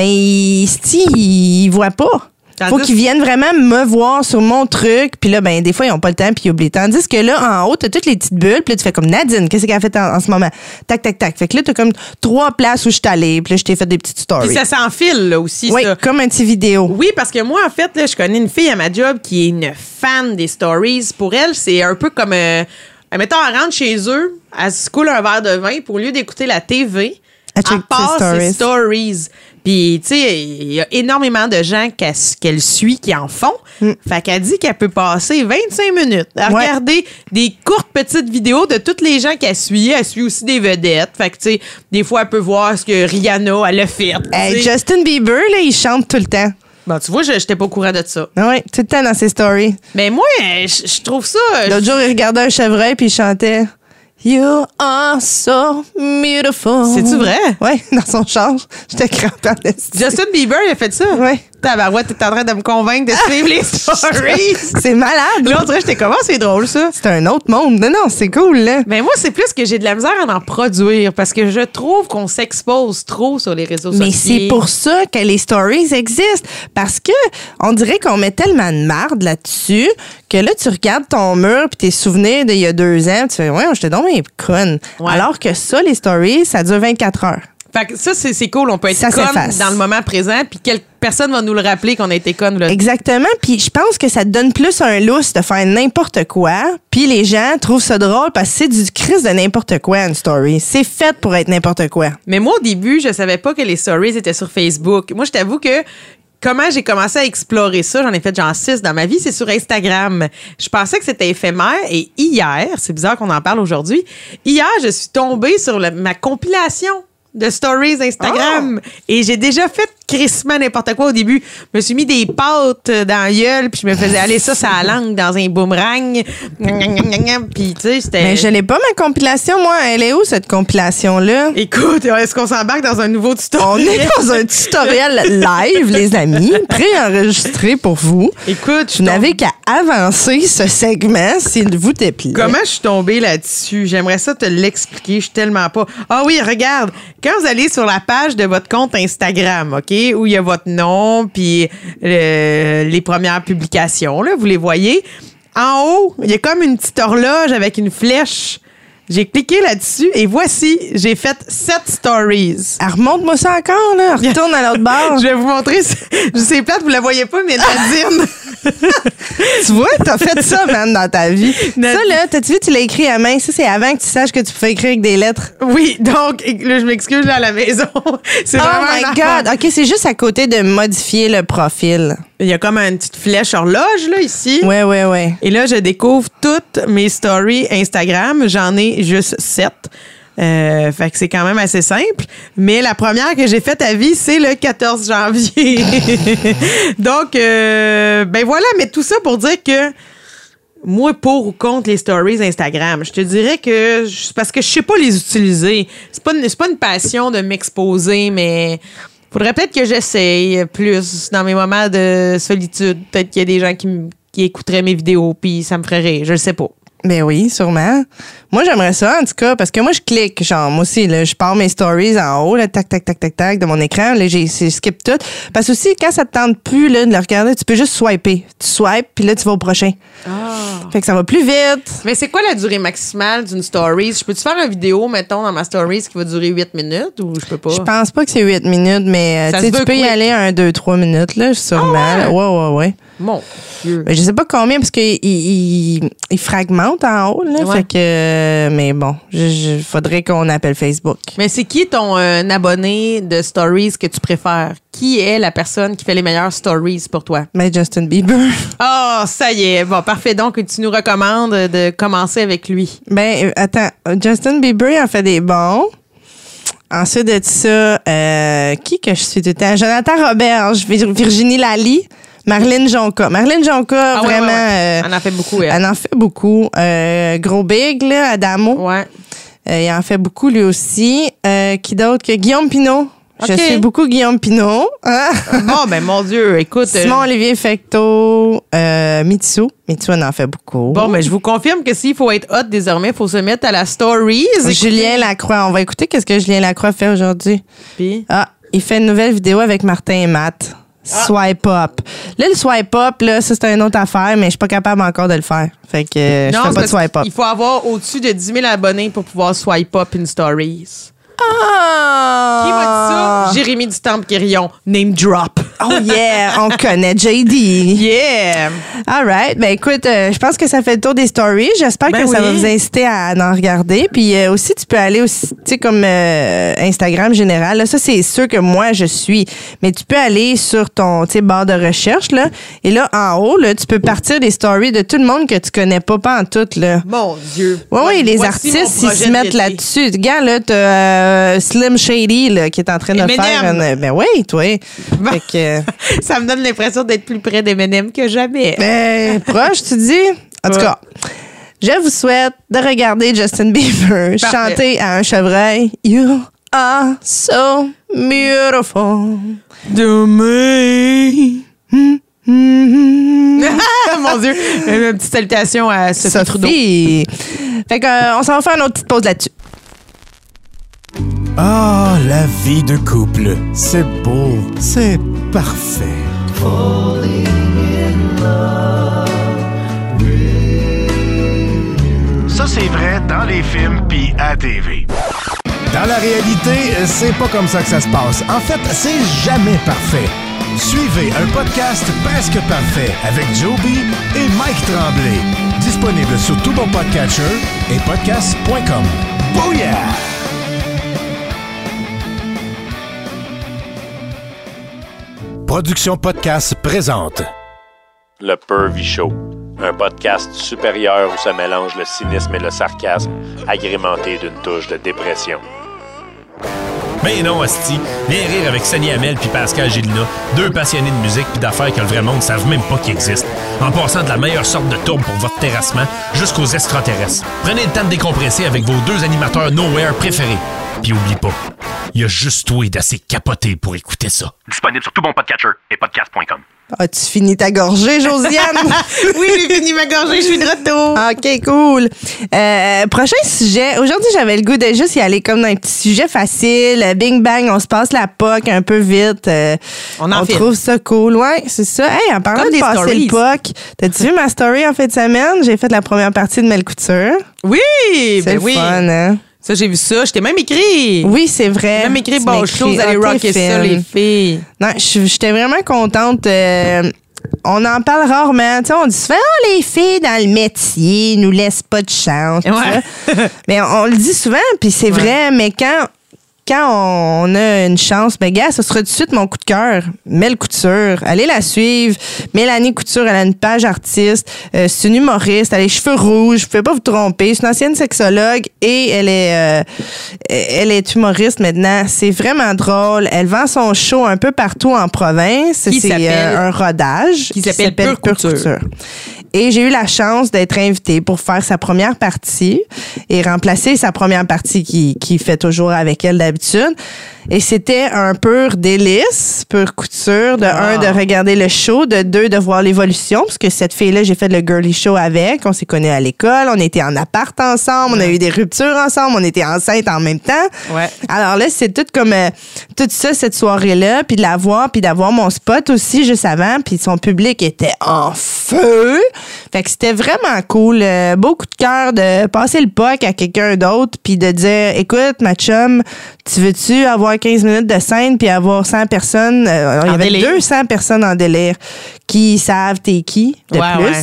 ils voient pas. Faut qu'ils viennent vraiment me voir sur mon truc. Puis là, ben des fois, ils n'ont pas le temps puis ils oublient. Tandis que là, en haut, t'as toutes les petites bulles. Puis là, tu fais comme Nadine. Qu'est-ce qu'elle a fait en ce moment? Tac, tac, tac. Fait que là, t'as comme 3 places où je suis allée. Puis là, je t'ai fait des petites stories. Puis ça s'enfile, là, aussi, oui, ça. comme un petit vidéo. Oui, parce que moi, en fait, là, je connais une fille à ma job qui est une fan des stories. Pour elle, c'est un peu comme... mettons, elle rentre chez eux, elle se coule un verre de vin, puis au lieu d'écouter la TV, elle passe ses stories. Puis, tu sais, il y a énormément de gens qu'elle suit qui en font. Fait qu'elle dit qu'elle peut passer 25 minutes à regarder des courtes petites vidéos de toutes les gens qu'elle suit. Elle suit aussi des vedettes. Fait que, tu sais, des fois, elle peut voir ce que Rihanna, elle a fait. Hey, Justin Bieber, là, il chante tout le temps. Bon, tu vois, j'étais pas au courant de ça. Oui, tout le temps dans ses stories. Mais moi, je trouve ça... L'autre jour, il regardait un chevreuil puis il chantait... You are so beautiful. C'est-tu vrai? Oui, dans son char. J'étais crampée en esti. Justin Bieber, il a fait ça? Oui. Tabarouette, t'es en train de me convaincre de suivre les stories. C'est malade. Là, on dirait, j'étais comment? C'est drôle, ça. C'est un autre monde. Non, c'est cool, là. Mais moi, c'est plus que j'ai de la misère à en produire parce que je trouve qu'on s'expose trop sur les réseaux sociaux. Mais c'est pour ça que les stories existent. Parce que on dirait qu'on met tellement de marde là-dessus que là, tu regardes ton mur puis tes souvenirs d'il y a 2 ans, tu fais, ouais, j'étais donc bien conne. Ouais. Alors que ça, les stories, ça dure 24 heures. Fait que ça, c'est cool. On peut être Ça conne s'efface. dans le moment présent, puis personne va nous le rappeler qu'on a été conne. Là. Exactement. Puis je pense que ça te donne plus un lousse de faire n'importe quoi. Puis les gens trouvent ça drôle parce que c'est du crise de n'importe quoi, une story. C'est fait pour être n'importe quoi. Mais moi, au début, je savais pas que les stories étaient sur Facebook. Moi, je t'avoue que comment j'ai commencé à explorer ça, j'en ai fait genre 6 dans ma vie, c'est sur Instagram. Je pensais que c'était éphémère et hier, c'est bizarre qu'on en parle aujourd'hui, hier, je suis tombée sur ma compilation de stories Instagram et j'ai déjà fait crissement n'importe quoi au début. Je me suis mis des pâtes dans la gueule puis je me faisais aller ça sur la langue dans un boomerang. Puis tu sais, c'était... Mais je l'ai pas, ma compilation, moi. Elle est où, cette compilation-là? Écoute, est-ce qu'on s'embarque dans un nouveau tutoriel? On est dans un tutoriel live, les amis, préenregistré pour vous. Écoute, vous n'avez qu'à avancer ce segment, s'il vous plaît. Comment je suis tombée là-dessus? J'aimerais ça te l'expliquer. Je suis tellement pas... Ah oui, regarde. Quand vous allez sur la page de votre compte Instagram, OK, où il y a votre nom puis les premières publications, là, vous les voyez. En haut, il y a comme une petite horloge avec une flèche. J'ai cliqué là-dessus et voici, j'ai fait 7 stories. Ah, remonte-moi ça encore, là. Retourne à l'autre barre. Je vais vous montrer. C'est plate, vous la voyez pas, mais Nadine. Tu vois, t'as fait ça, man, dans ta vie. Ça, là, t'as-tu vu, tu l'as écrit à main. Ça, c'est avant que tu saches que tu pouvais écrire avec des lettres. Oui, donc, là, je m'excuse, là, à la maison. C'est oh my God. OK, c'est juste à côté de modifier le profil. Il y a comme une petite flèche horloge, là, ici. Ouais, ouais, ouais. Et là, je découvre toutes mes stories Instagram. J'en ai juste 7. Fait que c'est quand même assez simple. Mais la première que j'ai faite à vie, c'est le 14 janvier. Donc, ben voilà, mais tout ça pour dire que moi, pour ou contre les stories Instagram, je te dirais que parce que je sais pas les utiliser. C'est pas une passion de m'exposer, mais faudrait peut-être que j'essaye plus dans mes moments de solitude. Peut-être qu'il y a des gens qui écouteraient mes vidéos puis ça me ferait rire. Je le sais pas. Ben oui, sûrement. Moi, j'aimerais ça, en tout cas, parce que moi, je clique, genre, moi aussi, là, je pars mes stories en haut, là, tac, tac, tac, tac, tac, de mon écran, là, je skip tout. Parce que aussi, quand ça te tente plus, là, de le regarder, tu peux juste swiper. Tu swipes, puis là, tu vas au prochain. Fait que ça va plus vite. Mais c'est quoi la durée maximale d'une stories? Je peux-tu faire une vidéo, mettons, dans ma stories qui va durer 8 minutes ou je peux pas? Je pense pas que c'est 8 minutes, mais tu sais, tu peux y aller à 2-3 minutes, là, sûrement. Ouais. Mon Dieu. Je sais pas combien, parce qu'il fragmente en haut, là. Ouais. Fait que, mais bon, faudrait qu'on appelle Facebook. Mais c'est qui ton abonné de stories que tu préfères? Qui est la personne qui fait les meilleures stories pour toi? Mais Justin Bieber. Oh, ça y est. Bon, parfait. Donc, tu nous recommandes de commencer avec lui. Ben, attends. Justin Bieber, il en fait des bons. Ensuite de ça, qui que je suis tout le temps? Jonathan Roberge, Virginie Lally, Marlène Jonca. Marlène Jonca, vraiment. Ouais. Elle en fait beaucoup, elle. Elle en fait beaucoup. Gros Big, là, Adamo. Ouais. Il en fait beaucoup, lui aussi. Qui d'autre que Guillaume Pinot? Okay. Je suis beaucoup Guillaume Pinot. Bon, ben, mon Dieu, écoute. Simon-Olivier Fecteau, Mitsu. Mitsu, elle en fait beaucoup. Bon, mais je vous confirme que s'il faut être hot désormais, il faut se mettre à la stories. Julien Lacroix. On va écouter qu'est-ce que Julien Lacroix fait aujourd'hui. Puis? Il fait une nouvelle vidéo avec Martin et Matt. Swipe up. Là, le swipe up, là, ça, c'est une autre affaire, mais je suis pas capable encore de le faire. Fait que je fais pas de swipe up. Il faut avoir au-dessus de 10 000 abonnés pour pouvoir swipe up une stories. Qui m'a dit ça? Jérémy du Temple-Quirion. Name drop. Oh yeah, on connaît JD. Yeah. All right. Ben écoute, je pense que ça fait le tour des stories. J'espère que ça va vous inciter à en regarder. Puis aussi, tu peux aller aussi, tu sais, comme Instagram général. Là, ça, c'est sûr que moi, je suis. Mais tu peux aller sur ton, tu sais, barre de recherche, là. Et là, en haut, là, tu peux partir des stories de tout le monde que tu connais pas en tout, là. Mon Dieu. Oui, les artistes, s'ils se mettent là-dessus. Regarde, là, t'as Slim Shady, là, qui est en train de faire une... Ben oui, toi. Bon. Fait que, ça me donne l'impression d'être plus près d'Eminem que jamais. Ben, proche, tu dis? En tout cas, je vous souhaite de regarder Justin Bieber chanter à un chevreuil. You are so beautiful. Demain. Mon Dieu. Une petite salutation à Sophie Trudeau. Fait que, on s'en va faire une autre petite pause là-dessus. Ah, la vie de couple, c'est beau, c'est parfait. Ça, c'est vrai dans les films pis à la TV. Dans la réalité, c'est pas comme ça que ça se passe. En fait, c'est jamais parfait. Suivez un podcast presque parfait avec Joby et Mike Tremblay. Disponible sur tout bon podcatcher et podcast.com. Booyah! Production Podcast présente Le Pervy Show, un podcast supérieur où se mélange le cynisme et le sarcasme, agrémenté d'une touche de dépression. Ben non, hostie. Viens rire avec Sonny Hamel puis Pascal Gélina, deux passionnés de musique puis d'affaires que le vrai monde ne savent même pas qu'ils existent, en passant de la meilleure sorte de tourbe pour votre terrassement jusqu'aux extraterrestres. Prenez le temps de décompresser avec vos deux animateurs Nowhere préférés. Puis oublie pas, il y a juste toi d'assez capoté pour écouter ça. Disponible sur tout bon podcatcher et podcast.com. As-tu fini ta gorgée, Josiane? Oui, j'ai fini ma gorgée, je suis de retour. OK, cool. Prochain sujet. Aujourd'hui, j'avais le goût de juste y aller comme dans un petit sujet facile. Bing bang, on se passe la POC un peu vite. On trouve ça cool. Ouais, c'est ça. Hey, en parlant Comme de des passer stories. le POC, t'as-tu vu ma story en fin de semaine? J'ai fait la première partie de Mel Couture. Oui, C'est ben le oui. fun, hein? Ça, j'ai vu ça. Je t'ai même écrit. Oui, c'est vrai. J'ai même écrit Tu bon m'as chose, écrit, allez rocker t'es ça, fine. les filles. Non, j'étais vraiment contente. On en parle rarement. Tu sais, on dit souvent, les filles dans le métier nous laissent pas de chance. tout Ouais. ça. Mais on le dit souvent, puis c'est vrai, mais quand on a une chance, ben gars, ce sera tout de suite mon coup de cœur. Mel Couture. Allez la suivre. Mélanie Couture, elle a une page artiste. C'est une humoriste. Elle a les cheveux rouges. Vous pouvez pas vous tromper. C'est une ancienne sexologue et elle est humoriste maintenant. C'est vraiment drôle. Elle vend son show un peu partout en province. Qui C'est s'appelle? un rodage. Qui s'appelle Pure Couture. Et j'ai eu la chance d'être invitée pour faire sa première partie et remplacer sa première partie qui fait toujours avec elle d'habitude. Et c'était un pur délice, pure couture. De un, de regarder le show. De deux, de voir l'évolution. Parce que cette fille-là, j'ai fait le girly show avec. On s'est connus à l'école. On était en appart ensemble. On a eu des ruptures ensemble. On était enceintes en même temps. Ouais. Alors là, c'est tout comme tout ça, cette soirée-là. Puis de la voir, puis d'avoir mon spot aussi juste avant. Puis son public était en feu. Fait que c'était vraiment cool. Beau coup de cœur de passer le POC à quelqu'un d'autre. Puis de dire, écoute, ma chum, tu veux-tu avoir 15 minutes de scène puis avoir 100 personnes? Il y avait délire. 200 personnes en délire qui savent t'es qui de Ouais, plus. ouais.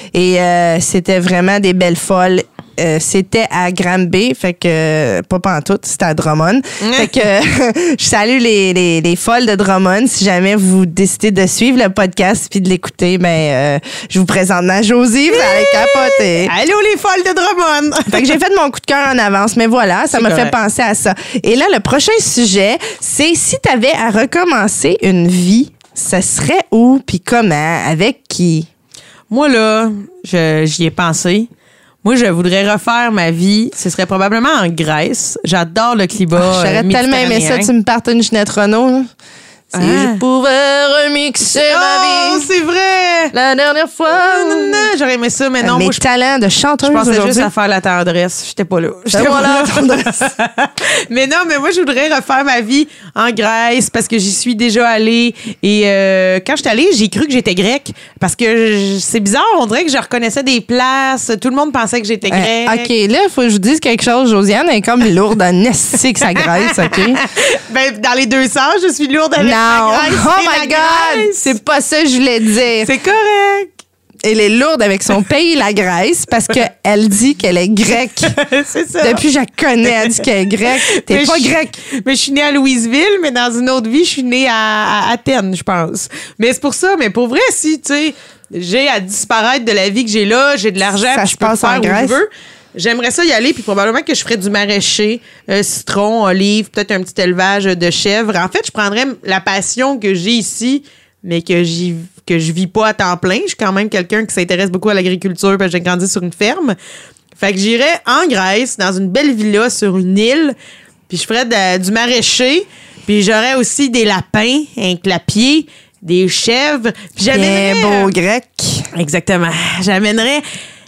Et c'était vraiment des belles folles. C'était à Granby, fait que pas pantoute, c'était à Drummond. Fait que je salue les folles de Drummond. Si jamais vous décidez de suivre le podcast puis de l'écouter, ben je vous présente ma Josie, vous allez capoter. Allô, les folles de Drummond. Fait que j'ai fait mon coup de cœur en avance, mais voilà, ça C'est m'a fait correct. penser à ça. Et là, le prochain sujet, c'est si t'avais à recommencer une vie, ça serait où puis comment, avec qui? Moi, là, j'y ai pensé. Moi, je voudrais refaire ma vie. Ce serait probablement en Grèce. J'adore le climat. J'aurais tellement aimé ça, tu me partes une Ginette Renault. Là. Si je pouvais remixer ma vie C'est vrai! la dernière fois. Non, j'aurais aimé ça, mais non. Mes Moi, je talents de chanteuse pensais aujourd'hui. juste à faire la tendresse. J'étais pas là. J'étais Fais-moi pas la là. tendresse. Mais non, mais moi, je voudrais refaire ma vie en Grèce parce que j'y suis déjà allée. Et quand j'étais allée, j'ai cru que j'étais grecque parce que c'est bizarre. On dirait que je reconnaissais des places. Tout le monde pensait que j'étais grecque. OK, là, il faut que je vous dise quelque chose. Josiane est comme lourde en esti que ça graisse, OK? Ben, dans les deux sens, je suis lourde avec Non. la Grèce. Oh et la my God! Grèce. C'est pas ça que je voulais dire. C'est correct. Elle est lourde avec son pays, la Grèce, parce qu'elle dit qu'elle est grecque. C'est ça. Depuis que je la connais, elle dit qu'elle est grecque. T'es Mais pas je- grecque. Mais je suis née à Louisville, mais dans une autre vie, je suis née à Athènes, je pense. Mais c'est pour ça. Mais pour vrai, si, tu sais, j'ai à disparaître de la vie que j'ai là, j'ai de l'argent, Ça puis se je peux passe faire en où Grèce. je veux. J'aimerais ça y aller, puis probablement que je ferais du maraîcher, citron, olive, peut-être un petit élevage de chèvres. En fait, je prendrais la passion que j'ai ici, mais que je vis pas à temps plein. Je suis quand même quelqu'un qui s'intéresse beaucoup à l'agriculture, parce que j'ai grandi sur une ferme. Fait que j'irais en Grèce, dans une belle villa sur une île, puis je ferais du maraîcher, puis j'aurais aussi des lapins, un clapier, des chèvres. Puis j'amènerais... Bien beau grec. Exactement. J'amènerais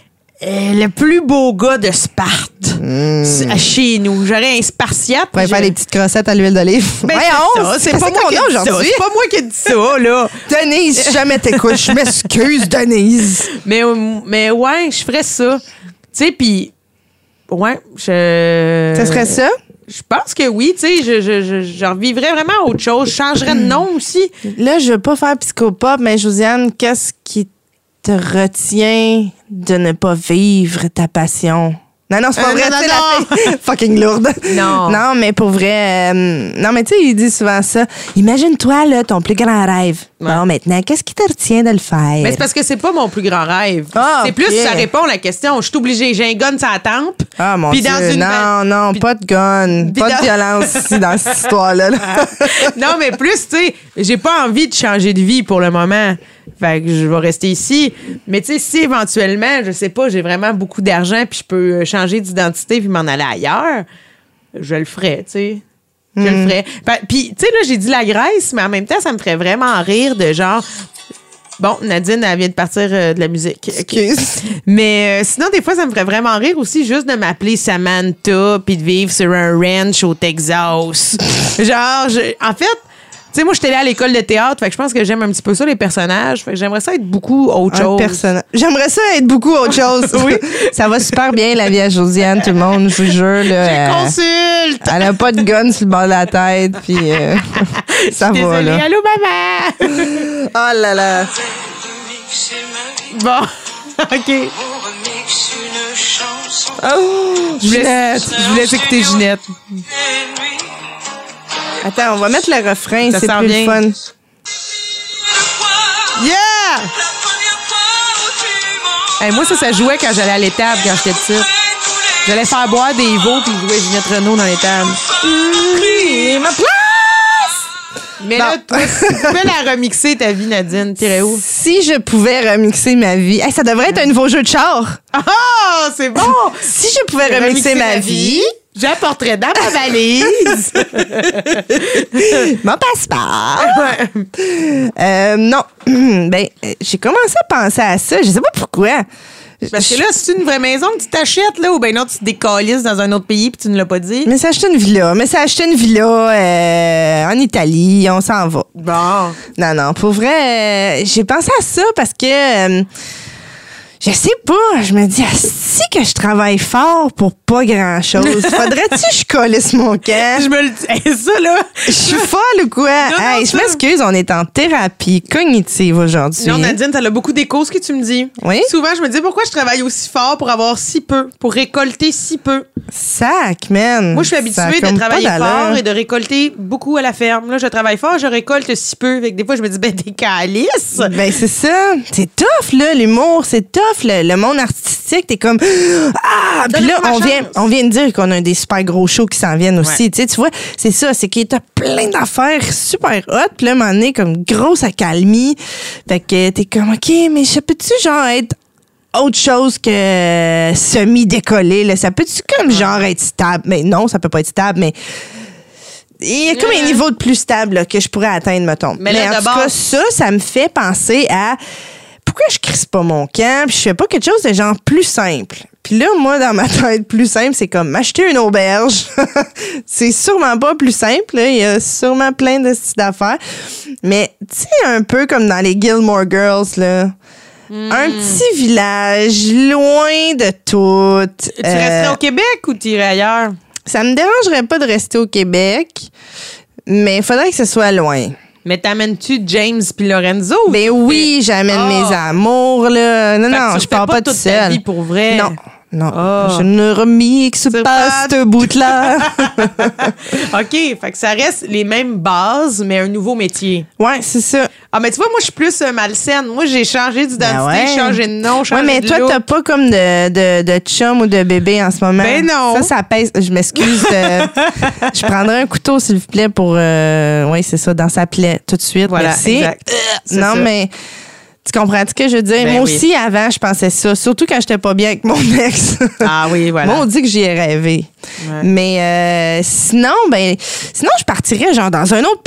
le plus beau gars de Sparte à chez nous. J'aurais un Spartiate. On pourrait faire des petites crossettes à l'huile d'olive. Ben, Voyons, c'est pas moi qui ai dit ça. aujourd'hui. C'est pas moi qui ai dit ça, là. Denise, si jamais t'écoutes, je m'excuse, Denise. Mais ouais, je ferais ça. Tu sais, puis... Ouais, Ça serait ça? Je pense que oui, tu sais, je revivrais vraiment autre chose. Je changerais de nom aussi. Là, je veux pas faire psychopop, mais Josiane, qu'est-ce qui te retient de ne pas vivre ta passion? Non, c'est pas vrai, non, tu sais, non. la fille fucking lourde. Non. Non, mais pour vrai, non, mais tu sais, il dit souvent ça. Imagine-toi, là, ton plus grand rêve. Ouais. Bon, maintenant, qu'est-ce qui te retient de le faire? Mais c'est parce que c'est pas mon plus grand rêve. Ah, c'est plus ok. ça répond à la question. Je suis obligée. J'ai un gun sur la tempe. Ah, mon Puis Dieu. dans une Non, puis- pas de gun. puis Pas de dans- violence ici, dans cette histoire-là. là. Non, mais plus, tu sais, j'ai pas envie de changer de vie pour le moment. Fait que je vais rester ici. Mais tu sais, si éventuellement, je sais pas, j'ai vraiment beaucoup d'argent puis je peux changer d'identité puis m'en aller ailleurs, je le ferais, tu sais. Je le ferais. Puis, tu sais, là, j'ai dit la Grèce, mais en même temps, ça me ferait vraiment rire de genre... Bon, Nadine, elle vient de partir de la musique. OK. Excuse. Mais sinon, des fois, ça me ferait vraiment rire aussi juste de m'appeler Samantha puis de vivre sur un ranch au Texas. Genre, en fait, tu sais, moi, j'étais allée à l'école de théâtre, fait que je pense que j'aime un petit peu ça, les personnages. Fait que j'aimerais ça être beaucoup autre Un chose. personnage. J'aimerais ça être beaucoup autre chose. Oui. Ça va super bien, la vie à Josiane, tout le monde, je vous jure. Là, Consulte! elle a pas de gun sur le bord de la tête, puis ça va, Désolée. là. Allô, maman! Oh là là. Bon, OK. Oh, Je vous laisse écouter Ginette. Attends, on va mettre le refrain, Ça c'est s'en plus le vient. fun. Yeah! Hey, moi, ça jouait quand j'allais à l'étable, quand j'étais petite. J'allais faire boire des veaux puis jouer Ginette Renault dans l'étable. Ma place! Mais Bon. là, toi, si tu pouvais la remixer, ta vie, Nadine, t'irais où? Si je pouvais remixer ma vie. Hey, ça devrait être un nouveau jeu de char. Ah, c'est bon! Si je pouvais remixer ma vie, j'apporterais dans ma valise. mon passeport. Non. Ben, j'ai commencé à penser à ça. Je sais pas pourquoi. Parce que là, c'est une vraie maison que tu t'achètes, là, ou ben non, tu te décalisses dans un autre pays puis tu ne l'as pas dit? Mais ça acheté une villa. En Italie. On s'en va. Bon. Non, pour vrai, j'ai pensé à ça parce que je sais pas, je me dis, si que je travaille fort pour pas grand-chose, faudrait-tu que je colisse mon camp? Je me le dis. Hey, ça, là. Je suis folle ou quoi? Non, Hey, je ça. m'excuse, on est en thérapie cognitive aujourd'hui. Non, Nadine, ça a beaucoup d'écho, ce que tu me dis. Oui? Souvent, je me dis pourquoi je travaille aussi fort pour avoir si peu, pour récolter si peu. Sac, man. Moi, je suis Ça a habituée de comme travailler pas d'allure. fort et de récolter beaucoup à la ferme. Là, je travaille fort, je récolte si peu. Fait que des fois, je me dis, ben, t'es calice. Ben, c'est ça. C'est tough, là, l'humour. C'est tough, le monde artistique. T'es comme, ah! Puis là, Donne-moi ma chance. on vient de dire qu'on a des super gros shows qui s'en viennent aussi. Ouais. Tu sais, tu vois, c'est ça. C'est qu'il y a plein d'affaires super hot. Puis là, à un moment donné, comme grosse accalmie. Fait que t'es comme, OK, mais ça peut-tu, genre, être autre chose que semi-décollé, là? Ça peut-tu, comme, genre, être stable? Mais non, ça peut pas être stable, mais il y a comme un niveau de plus stable là, que je pourrais atteindre, mettons. Mais là, en tout d'abord- cas, ça me fait penser à pourquoi je crisse pas mon camp puis je fais pas quelque chose de genre plus simple. Puis là, moi, dans ma tête, plus simple, c'est comme m'acheter une auberge. C'est sûrement pas plus simple. Là. Il y a sûrement plein de styles d'affaires. Mais, tu sais, un peu comme dans les Gilmore Girls, là. Un petit village, loin de tout. Tu resterais au Québec ou t'irais ailleurs? Ça me dérangerait pas de rester au Québec, mais il faudrait que ce soit loin. Mais t'amènes-tu James puis Lorenzo? Ben oui, j'amène Ah. mes amours, là. Non, Fait que non, tu je pars refais pas toute toute ta seule. vie pour vrai. Non. Non, Ah. je ne remixe C'est pas pas- ce bout-là. OK, fait que ça reste les mêmes bases, mais un nouveau métier. Ouais, c'est ça. Ah, mais tu vois, moi, je suis plus malsaine. Moi, j'ai changé d'identité, Ben ouais. changé de nom, changé Ouais, mais de toi, look. t'as pas comme de chum ou de bébé en ce moment. Ben non. Ça pèse. Je m'excuse. Je prendrai un couteau, s'il vous plaît, pour. Oui, c'est ça, dans sa plaie, tout de suite. Voilà, Merci. exact. C'est Non, ça. mais. Tu comprends ce que je veux dire? Ben Moi oui. aussi, avant, je pensais ça. Surtout quand j'étais pas bien avec mon ex. Ah oui, voilà. Moi, on dit que j'y ai rêvé. Ouais. Mais sinon, je partirais genre dans un autre pays.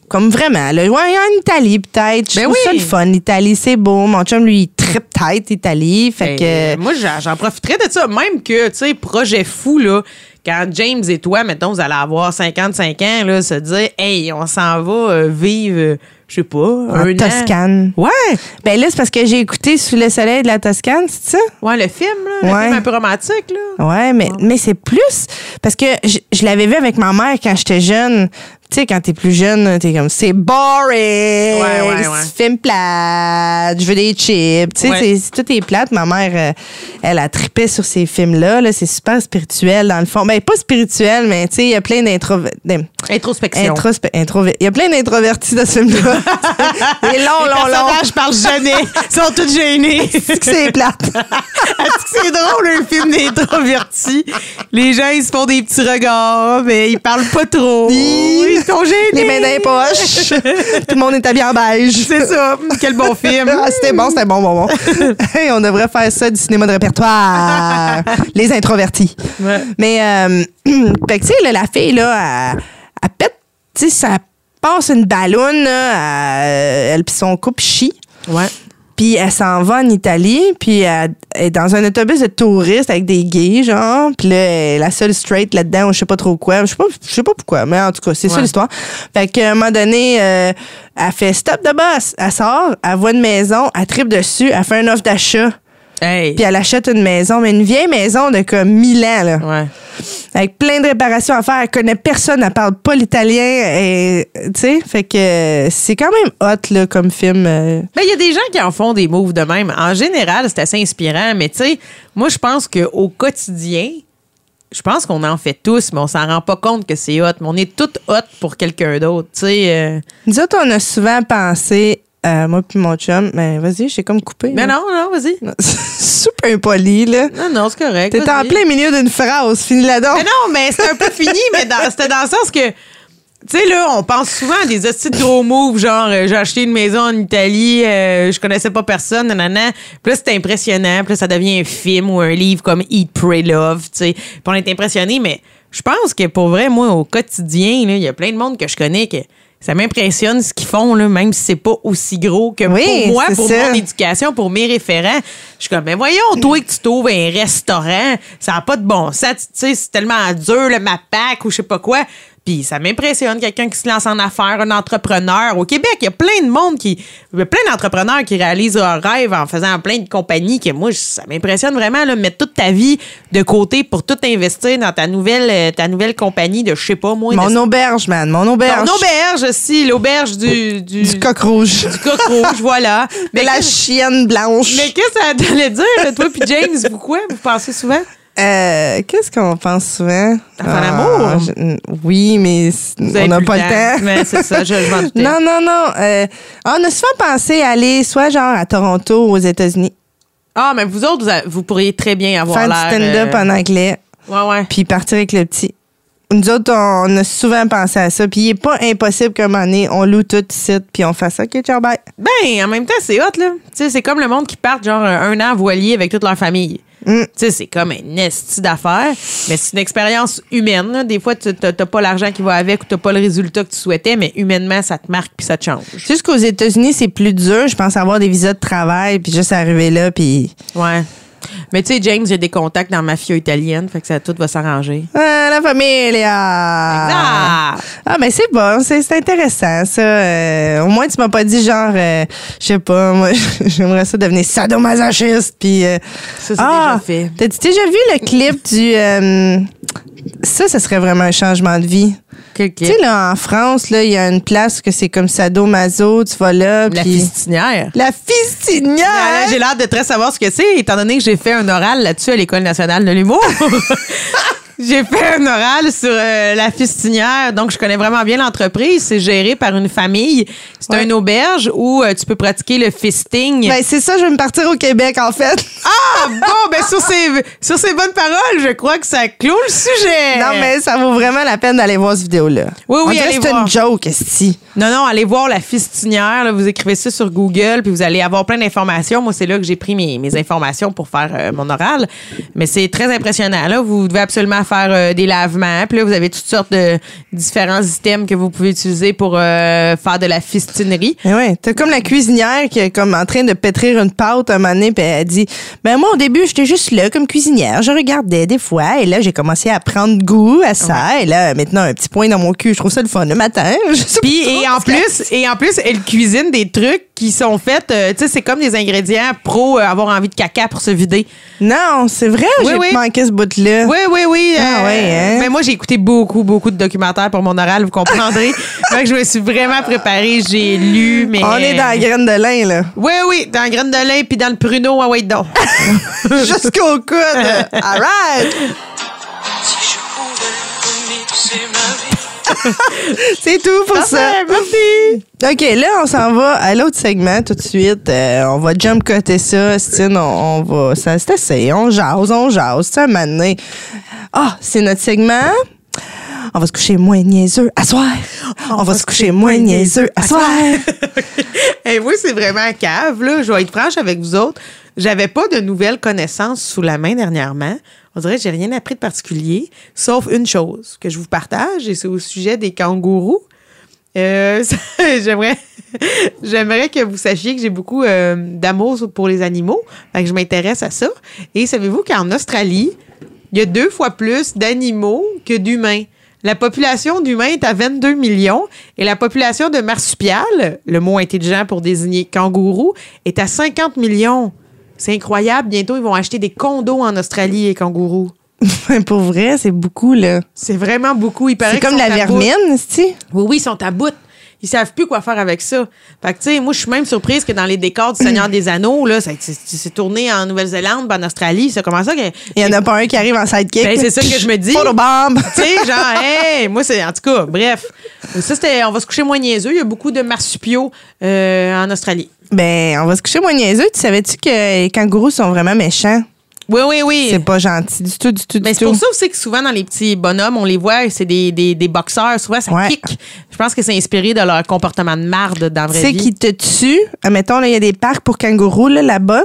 Comme vraiment, là. Ouais, en Italie, peut-être. Je trouve ça le fun. L'Italie, c'est beau. Mon chum, lui, il trippe tête Italie. Fait que... Moi, j'en profiterais de ça. Même que, tu sais, projet fou, là, quand James et toi, mettons, vous allez avoir 55 ans, là, se dire, hey, on s'en va vivre, je sais pas, en Toscane. Ouais. Ben là, c'est parce que j'ai écouté Sous le soleil de la Toscane, c'est ça? Ouais, le film, là. Le film un peu romantique, là. Ouais, mais c'est plus. Parce que je l'avais vu avec ma mère quand j'étais jeune. Tu sais, quand t'es plus jeune, t'es comme, c'est boring. Ouais. Film plate. Je veux des chips. Tu sais, tout est plate. Ma mère, elle a trippé sur ces films-là. Là, c'est super spirituel, dans le fond. Ben, pas spirituel, mais tu sais, il y a plein Introspection. Il y a plein d'introvertis dans ce film-là. C'est long. Les personnages parlent jamais. Ils sont tous gênés. C'est plate. Est-ce que c'est drôle, un film d'introvertis? Les gens, ils se font des petits regards, mais ils parlent pas trop. Ils sont gênés. Les mains dans les poches. Tout le monde est habillé en beige. C'est ça. Quel bon film. Ah, c'était bon. Hey, on devrait faire ça du cinéma de répertoire. Les introvertis. Ouais. Mais, fait que, tu sais, là, la fille, là, elle pète, tu sais, ça passe une balloune, là, elle pis son couple chie. Ouais. Puis elle s'en va en Italie, puis elle est dans un autobus de touristes avec des gays, genre. Puis là, elle est la seule straight là-dedans, ou je sais pas trop quoi. Je sais pas pourquoi, mais en tout cas, c'est ça l'histoire. Fait qu'à un moment donné, elle fait stop de boss. Elle sort, elle voit une maison, elle tripe dessus, elle fait un offre d'achat. Hey. Puis elle achète une maison, mais une vieille maison de comme 1000 ans, là. Ouais. Avec plein de réparations à faire. Elle connaît personne, elle parle pas l'italien. Tu sais, fait que c'est quand même hot, là, comme film. Mais il y a des gens qui en font des moves de même. En général, c'est assez inspirant, mais tu sais, moi, je pense qu'au quotidien, je pense qu'on en fait tous, mais on s'en rend pas compte que c'est hot. Mais on est toutes hot pour quelqu'un d'autre, tu sais. Nous autres, on a souvent pensé... moi puis mon chum, mais vas-y, j'ai comme coupé. Mais non, vas-y. Super impoli, là. Non, c'est correct. T'es en plein milieu d'une phrase, finis là-dedans. Mais non, mais c'est un peu fini, mais c'était dans le sens que, tu sais, là, on pense souvent à des hosties de gros moves, genre, j'ai acheté une maison en Italie, je connaissais pas personne, nanana. Puis là, c'est impressionnant. Puis là, ça devient un film ou un livre comme Eat, Pray, Love, tu sais. Puis on est impressionné, mais je pense que pour vrai, moi, au quotidien, il y a plein de monde que je connais que ça m'impressionne ce qu'ils font, là, même si c'est pas aussi gros que pour moi, pour mon éducation, pour mes référents. Je suis comme, mais voyons, toi, que tu trouves un restaurant, ça n'a pas de bon sens. Tu sais, c'est tellement dur, le MAPAC ou je sais pas quoi. Puis ça m'impressionne, quelqu'un qui se lance en affaires, un entrepreneur. Au Québec, il y a plein de monde il y a plein d'entrepreneurs qui réalisent leurs rêves en faisant plein de compagnies que moi, ça m'impressionne vraiment, là, mettre toute ta vie de côté pour tout investir dans ta nouvelle compagnie de, je sais pas, moi. Mon auberge, man, mon auberge. Mon auberge, si, l'auberge du coq rouge. Du coq rouge, voilà. Mais la chienne blanche. Mais qu'est-ce que ça allait dire, toi puis James, vous quoi? Vous pensez souvent? Qu'est-ce qu'on pense souvent? À faire l'amour? Oui, mais on n'a pas le temps. Mais c'est ça, je m'en doutais. Non. On a souvent pensé aller soit genre à Toronto, aux États-Unis. Ah, mais vous autres, vous pourriez très bien avoir l'air... Faire du stand-up en anglais. Ouais. Puis partir avec le petit. Nous autres, on a souvent pensé à ça. Puis il n'est pas impossible qu'à un moment donné, on loue tout ici, puis on fasse ça. OK, ciao, bye. Ben, en même temps, c'est hot, là. Tu sais, c'est comme le monde qui part genre un an voilier avec toute leur famille. Tu sais, c'est comme un esti d'affaires, mais c'est une expérience humaine. Là. Des fois, tu n'as pas l'argent qui va avec ou tu n'as pas le résultat que tu souhaitais, mais humainement, ça te marque puis ça te change. Juste qu'aux États-Unis, c'est plus dur. Je pense avoir des visas de travail, puis juste arriver là, puis... Ouais. Mais tu sais, James, j'ai des contacts dans ma mafia italienne, fait que ça tout va s'arranger. La famille, Exact. Ah, mais c'est bon, c'est intéressant, ça. Au moins, tu m'as pas dit genre, je sais pas, moi, j'aimerais ça devenir sadomasochiste, puis... ça, c'est déjà fait. T'as-tu déjà vu le clip du... Ça serait vraiment un changement de vie. Quel clip? Tu sais, là, en France, là, il y a une place que c'est comme sadomaso, tu vas là, La puis... fistinière. La fistinière! Ah, j'ai l'air de très savoir ce que c'est, étant donné que j'ai fait un oral là-dessus à l'École nationale de l'humour. J'ai fait un oral sur la fistinière, donc je connais vraiment bien l'entreprise. C'est géré par une famille. Ils C'est une auberge où tu peux pratiquer le fisting. Ben, c'est ça, je vais me partir au Québec, en fait. Ah, bon, ben sur ces bonnes paroles, je crois que ça clôt le sujet. Non, mais ça vaut vraiment la peine d'aller voir cette vidéo-là. Oui, On dirait allez que c'est voir. une joke, esti. Non, allez voir la fistinière. Là, vous écrivez ça sur Google, puis vous allez avoir plein d'informations. Moi, c'est là que j'ai pris mes informations pour faire mon oral. Mais c'est très impressionnant. Là, vous devez absolument faire des lavements. Puis là, vous avez toutes sortes de différents items que vous pouvez utiliser pour faire de la fistinerie. Mais ouais, t'as comme la cuisinière qui est comme en train de pétrir une pâte un moment donné, puis elle dit ben moi au début j'étais juste là comme cuisinière, je regardais des fois et là j'ai commencé à prendre goût à ça et là maintenant un petit point dans mon cul, je trouve ça le fun le matin. Puis et en plus elle cuisine des trucs qui sont faits, tu sais c'est comme des ingrédients pro avoir envie de caca pour se vider. Non, c'est vrai, j'ai manqué ce bout-là. Oui. Hein? Mais moi j'ai écouté beaucoup de documentaires pour mon oral, vous comprendrez. Donc je me suis vraiment préparée, j'ai lu mais on est dans la graine de lin là. Oui, dans la graine de lin puis dans le pruneau, ah ouais donc. Jusqu'au coude. All right. C'est tout pour ça. Merci. OK, là, on s'en va à l'autre segment tout de suite. On va jump-cutter ça. Stine, on va... Ça, c'est assez. On jase. Ça, maintenant. Ah, c'est notre segment. On va se coucher moins niaiseux à soir. On va se coucher moins niaiseux à soir. Hey, moi, c'est vraiment cave, là. Je vais être franche avec vous autres. J'avais pas de nouvelles connaissances sous la main dernièrement. On dirait que j'ai rien appris de particulier, sauf une chose que je vous partage, et c'est au sujet des kangourous. J'aimerais que vous sachiez que j'ai beaucoup d'amour pour les animaux. Fait que je m'intéresse à ça. Et savez-vous qu'en Australie, il y a 2 fois plus d'animaux que d'humains. La population d'humains est à 22 millions et la population de marsupial, le mot intelligent pour désigner kangourou, est à 50 millions. C'est incroyable. Bientôt, ils vont acheter des condos en Australie, les kangourous. Pour vrai, c'est beaucoup, là. C'est vraiment beaucoup. C'est comme la vermine, c'est-tu? Oui, ils sont à bout. Ils savent plus quoi faire avec ça. Fait que, tu sais, moi, je suis même surprise que dans les décors du Seigneur des Anneaux, là, c'est tourné en Nouvelle-Zélande, en Australie. C'est comment ça? Il y en a pas un qui arrive en sidekick. Ben, c'est ça que je me dis. Photobomb! Tu sais, genre, hey, moi, c'est, en tout cas, bref. Ça, c'était, on va se coucher moins niaiseux. Il y a beaucoup de marsupiaux en Australie. Ben, on va se coucher moins niaiseux. Tu savais-tu que les kangourous sont vraiment méchants? Oui. C'est pas gentil du tout. Mais c'est pour ça aussi que souvent, dans les petits bonhommes, on les voit, c'est des boxeurs. Souvent, ça kick. Je pense que c'est inspiré de leur comportement de marde dans la vraie vie. Tu sais qui te tue. Admettons, il y a des parcs pour kangourous là-bas.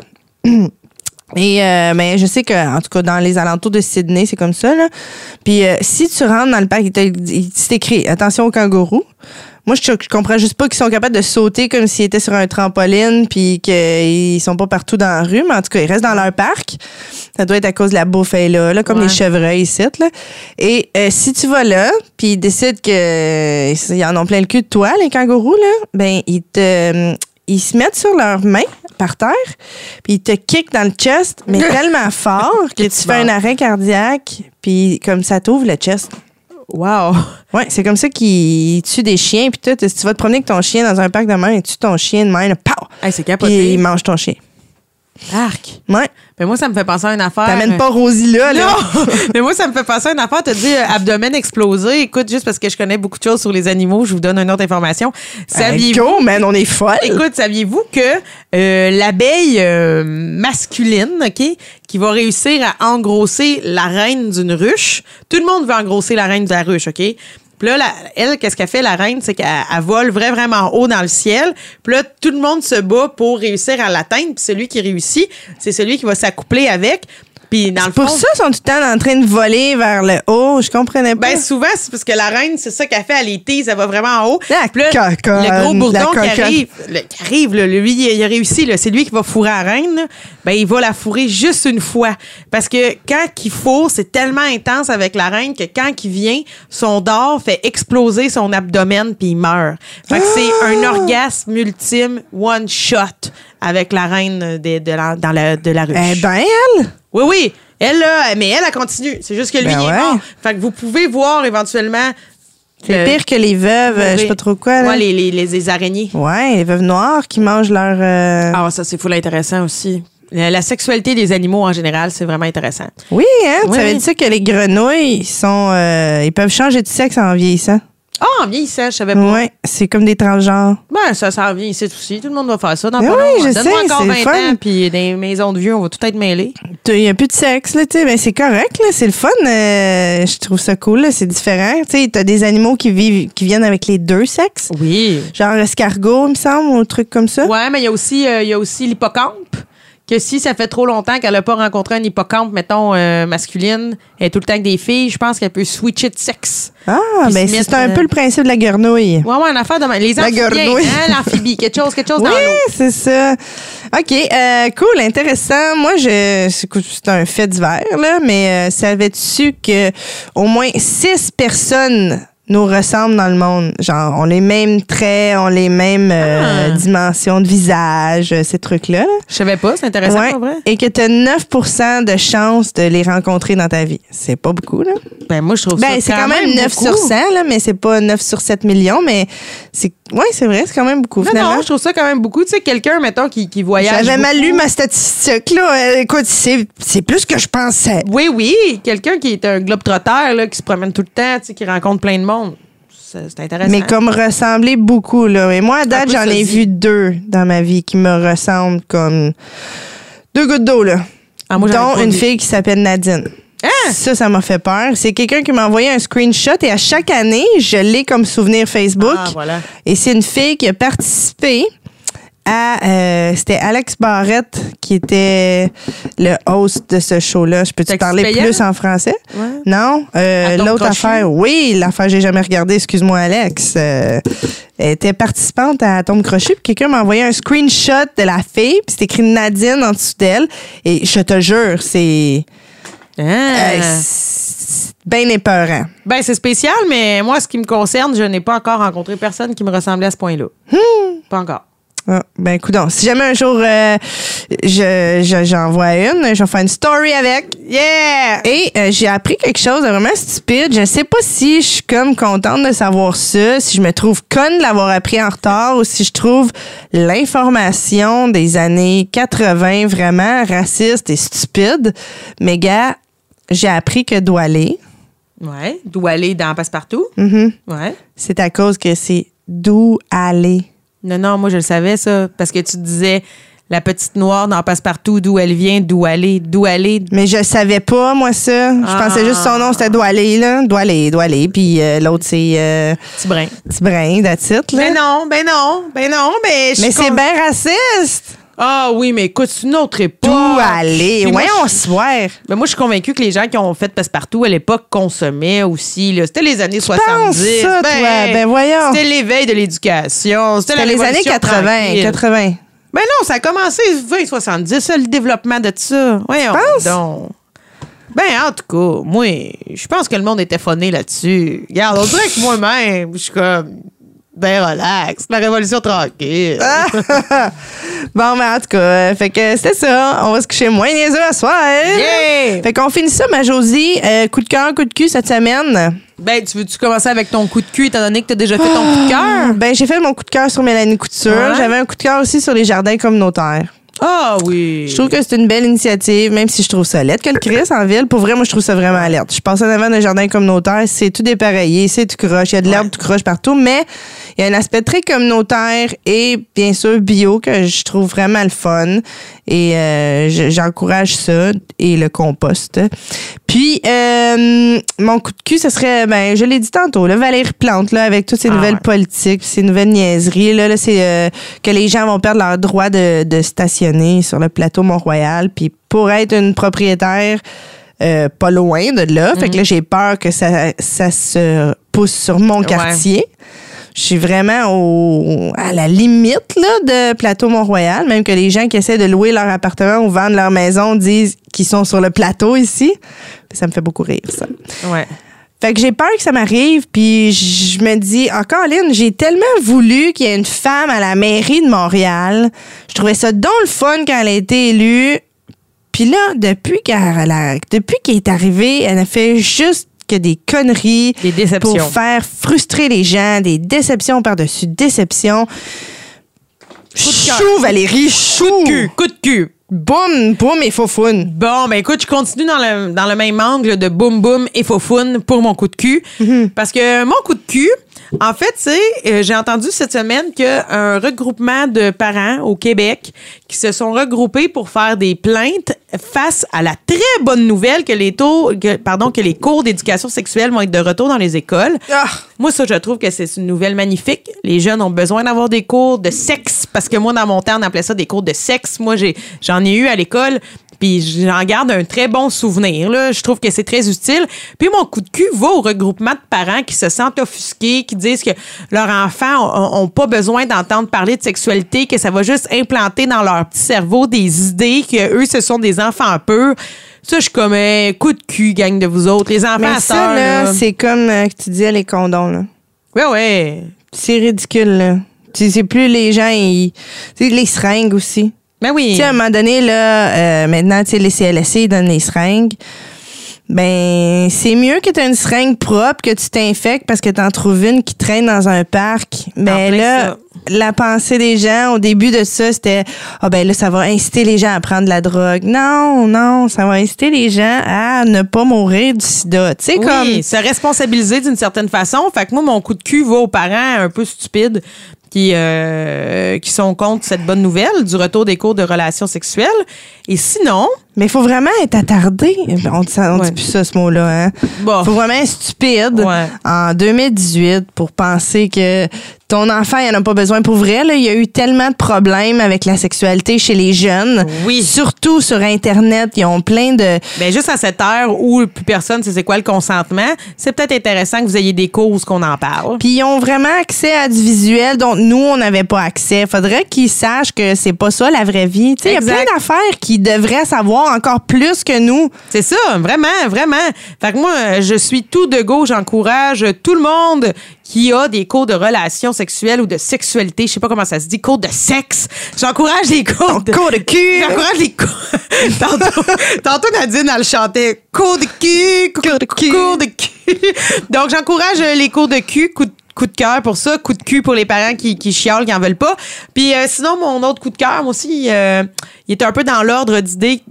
Et ben, je sais que, en tout cas, dans les alentours de Sydney, c'est comme ça. Là. Puis si tu rentres dans le parc, il t'écrit « Attention aux kangourous ». Moi, je comprends juste pas qu'ils sont capables de sauter comme s'ils étaient sur un trampoline puis qu'ils sont pas partout dans la rue. Mais en tout cas, ils restent dans leur parc. Ça doit être à cause de la bouffe là, comme les chevreuils ici. Là. Et si tu vas là puis ils décident qu'ils en ont plein le cul de toi, les kangourous, là, ben ils se mettent sur leurs mains par terre, puis ils te kickent dans le chest, mais tellement fort que tu fais un arrêt cardiaque, puis comme ça t'ouvre le chest. Wow! Ouais, c'est comme ça qu'ils tuent des chiens, puis tout. Si tu vas te promener avec ton chien dans un parc de main, ils tuent ton chien de main, là, pow! Hey, c'est capoté. Puis ils mangent ton chien. Arc! Ouais. Mais moi, ça me fait penser à une affaire. T'amènes pas Rosie là. Non! Mais moi, ça me fait penser à une affaire. T'as dit abdomen explosé. Écoute, juste parce que je connais beaucoup de choses sur les animaux, je vous donne une autre information. Go, man, on est folle! Écoute, saviez-vous que l'abeille masculine, OK, qui va réussir à engrosser la reine d'une ruche, tout le monde veut engrosser la reine de la ruche, OK? Puis là, elle, qu'est-ce qu'elle fait, la reine? C'est qu'elle vole vraiment haut dans le ciel. Puis là, tout le monde se bat pour réussir à l'atteindre. Puis celui qui réussit, c'est celui qui va s'accoupler avec. Puis dans le fond, pour ça, ils sont tout le temps en train de voler vers le haut. Je comprenais pas. Ben souvent, c'est parce que la reine, c'est ça qu'elle fait, elle les tease, elle va vraiment en haut. Puis là, le gros bourdon qui arrive, là, lui, il a réussi, là, c'est lui qui va fourrer la reine. Là, ben il va la fourrer juste une fois. Parce que quand il fourre, c'est tellement intense avec la reine que quand il vient, son dard fait exploser son abdomen puis il meurt. Fait que c'est un orgasme ultime, one shot avec la reine de la ruche. Eh ben, elle! Oui. Elle, là, mais elle continue. C'est juste que lui, il est mort. Fait que vous pouvez voir éventuellement. C'est pire que les veuves, je sais pas trop quoi. Là. Ouais, les araignées. Ouais, les veuves noires qui mangent leur... Ah, ça, c'est full intéressant aussi. La sexualité des animaux, en général, c'est vraiment intéressant. Oui, hein? Tu savais-tu que les grenouilles, ils peuvent changer de sexe en vieillissant? Ah, en vieillissant, je savais pas. Ouais, c'est comme des transgenres. Ben, ça s'en vient ici aussi. Tout le monde va faire ça dans Ben pas oui, long. je Donne-moi sais, encore c'est 20 fun. ans, puis dans les maisons de vieux, on va tout être mêlés. Il n'y a plus de sexe, là, tu sais. Ben, c'est correct, là. C'est le fun. Je trouve ça cool, là. C'est différent. Tu sais, t'as des animaux qui viennent avec les deux sexes. Oui. Genre escargot, il me semble, ou un truc comme ça. Ouais, mais il y a aussi l'hippocampe. Que si ça fait trop longtemps qu'elle n'a pas rencontré un hippocampe, mettons, masculine, elle est tout le temps avec des filles, je pense qu'elle peut switcher de sexe. Ah, Puis ben se c'est mettre, un peu le principe de la grenouille. Ouais, une affaire de les La amphibiens, grenouille. hein, l'amphibie, quelque chose dans Oui, l'eau. c'est ça. OK, cool, intéressant. Moi, c'est un fait divers, là, mais savais-tu que au moins 6 personnes nous ressemblent dans le monde? Genre, on les mêmes traits, on les mêmes dimensions de visage, ces trucs-là. Là. Je savais pas, c'est intéressant, Ouais. pas vrai? Et que tu as 9% de chances de les rencontrer dans ta vie. C'est pas beaucoup, là. Ben, moi, je trouve ça Ben, c'est quand même 9 beaucoup. sur 100, là, mais c'est pas 9 sur 7 millions, mais c'est vrai, c'est quand même beaucoup, Non, finalement. non, je trouve ça quand même beaucoup. Tu sais, quelqu'un, mettons, qui voyage. J'avais mal beaucoup. lu ma statistique, là. Écoute, c'est plus que je pensais. Oui, quelqu'un qui est un globe-trotteur, là, qui se promène tout le temps, tu sais, qui rencontre plein de monde. C'est intéressant. Mais comme ressembler beaucoup, là. Et moi, à date, peu j'en ai sosie. vu 2 dans ma vie qui me ressemblent comme 2 gouttes d'eau, là. Ah, moi, j'en ai dont pas une vu. fille qui s'appelle Nadine. Hein? Ça m'a fait peur. C'est quelqu'un qui m'a envoyé un screenshot et à chaque année, je l'ai comme souvenir Facebook. Ah, voilà. Et c'est une fille qui a participé à... c'était Alex Barrette qui était le host de ce show-là. Je peux-tu Taxi parler payant? plus en français? Ouais. Non? Atome L'autre crochu? affaire, oui, l'affaire que j'ai jamais regardée, excuse-moi Alex. Elle était participante à Atome Crochu, puis quelqu'un m'a envoyé un screenshot de la fille, puis c'était écrit Nadine en dessous d'elle. Et je te jure, c'est... c'est bien épeurant. Ben, c'est spécial, mais moi, ce qui me concerne, je n'ai pas encore rencontré personne qui me ressemblait à ce point-là. Pas encore. Ah, ben, coudonc. Si jamais un jour j'en vois une, je vais faire une story avec. Yeah! Et j'ai appris quelque chose de vraiment stupide. Je sais pas si je suis comme contente de savoir ça, si je me trouve conne de l'avoir appris en retard ou si je trouve l'information des années 80 vraiment raciste et stupide. Mais gars, j'ai appris que Doualé, Ouais. D'où aller dans Passepartout? Ouais. c'est à cause que c'est d'où aller. Non, moi, je le savais, ça. Parce que tu disais, la petite noire dans Passepartout, d'où elle vient, d'où aller. Mais je savais pas, moi, ça. Je pensais juste son nom, c'était Doualé, là. Doualé. Puis l'autre, c'est Petit brin. Tibrin, that's it, là. Ben non. Mais c'est bien raciste. Ah oui, mais écoute, c'est une autre époque. Doualé. Puis moi, Ouais, on se voit. Ben moi, je suis convaincue que les gens qui ont fait Passepartout à l'époque consommaient aussi. Là. C'était les années 70. ça, toi? Ben voyons. C'était l'éveil de l'éducation. C'était C'était les années 80. 80. Ben non, ça a commencé 20-70, ça, le développement de ça. Voyons penses? donc. Ben, en tout cas, moi, je pense que le monde était phoné là-dessus. Regarde, on dirait que moi-même, je suis comme... Ben relax, la révolution tranquille. Bon, mais en tout cas, fait que c'était ça. On va se coucher moins niaiseux à soir. Yeah! Fait qu'on finit ça, ma Josie. Coup de cœur, coup de cul cette semaine. Ben, tu veux-tu commencer avec ton coup de cul, étant donné que t'as déjà fait ton coup de cœur? Ben, j'ai fait mon coup de cœur sur Mélanie Couture. Ouais. J'avais un coup de cœur aussi sur les jardins communautaires. Ah oui. Je trouve que c'est une belle initiative, même si je trouve ça laid que le Chris en ville. Pour vrai, moi, je trouve ça vraiment alerte. Je passe en avant d'un jardin communautaire, c'est tout dépareillé, c'est tout croche, il y a de l'herbe tout croche partout, mais il y a un aspect très communautaire et bien sûr bio que je trouve vraiment le fun. Et j'encourage ça et le compost. Puis, mon coup de cul, ce serait, ben, je l'ai dit tantôt, là, Valérie Plante, là, avec toutes ces nouvelles politiques, ces nouvelles niaiseries. Là, c'est que les gens vont perdre leur droit de stationner sur le plateau Mont-Royal. Puis, pour être une propriétaire pas loin de là, fait que là, j'ai peur que ça se pousse sur mon quartier. Je suis vraiment à la limite là, de plateau Mont-Royal, même que les gens qui essaient de louer leur appartement ou vendre leur maison disent qu'ils sont sur le plateau ici. Ça me fait beaucoup rire, ça. Ouais. Fait que j'ai peur que ça m'arrive, puis je me dis, Caroline, j'ai tellement voulu qu'il y ait une femme à la mairie de Montréal. Je trouvais ça donc le fun quand elle a été élue. Puis là, depuis qu'elle est arrivée, elle a fait juste que des conneries. Des déceptions. Pour faire frustrer les gens, des déceptions par-dessus déceptions. Chou, Valérie, chou! Coup de cul. Boum, boum et faufoune. Bon, ben écoute, je continue dans le même angle de boum boum et faufoune pour mon coup de cul. Parce que mon coup de cul, En fait, tu sais, j'ai entendu cette semaine qu'il y a un regroupement de parents au Québec qui se sont regroupés pour faire des plaintes face à la très bonne nouvelle que les cours d'éducation sexuelle vont être de retour dans les écoles. Ah. Moi, ça, je trouve que c'est une nouvelle magnifique. Les jeunes ont besoin d'avoir des cours de sexe parce que moi, dans mon temps, on appelait ça des cours de sexe. Moi, j'en ai eu à l'école. Puis j'en garde un très bon souvenir. Là. Je trouve que c'est très utile. Puis mon coup de cul va au regroupement de parents qui se sentent offusqués, qui disent que leurs enfants ont pas besoin d'entendre parler de sexualité, que ça va juste implanter dans leur petit cerveau des idées, que eux ce sont des enfants purs. Ça, je suis comme coup de cul, gang de vous autres. Les enfants Mais à ça, sœur, là, c'est comme que tu disais, les condoms. Là. Ouais. C'est ridicule. Là. C'est plus les gens, les seringues aussi. Ben oui. Tu sais, à un moment donné, là, maintenant, tu sais, les CLSC, ils donnent les seringues. Ben, c'est mieux que tu aies une seringue propre que tu t'infectes parce que tu en trouves une qui traîne dans un parc. Mais là, la pensée des gens au début de ça, c'était ben là, ça va inciter les gens à prendre de la drogue. Non, ça va inciter les gens à ne pas mourir du sida. Tu sais, comme. Se responsabiliser d'une certaine façon. Fait que moi, mon coup de cul va aux parents un peu stupides qui sont contre cette bonne nouvelle du retour des cours de relations sexuelles. Et sinon... Mais il faut vraiment être attardé. On dit plus ça, ce mot-là. Hein? Bon. Faut vraiment être stupide en 2018 pour penser que ton enfant, il n'en a pas besoin. Pour vrai, là, il y a eu tellement de problèmes avec la sexualité chez les jeunes. Oui. Surtout sur Internet. Ils ont plein de... Ben juste à cette heure où plus personne sait c'est quoi le consentement, c'est peut-être intéressant que vous ayez des cours où qu'on en parle. Puis ils ont vraiment accès à du visuel dont nous, on n'avait pas accès. Faudrait qu'ils sachent que c'est pas ça la vraie vie. Tu sais, il y a plein d'affaires qu'ils devraient savoir encore plus que nous. C'est ça, vraiment. Fait que moi, je suis tout de go, j'encourage tout le monde qui a des cours de relations sexuelles ou de sexualité, je sais pas comment ça se dit, cours de sexe. J'encourage les cours de... cours de cul. J'encourage les cours... Tantôt, Nadine, elle chantait cours de cul, cours de cul. Donc, j'encourage les cours de cul, coup de cœur pour ça, coup de cul pour les parents qui chialent, qui en veulent pas. Puis sinon, mon autre coup de cœur, moi aussi, il était un peu dans l'ordre d'idée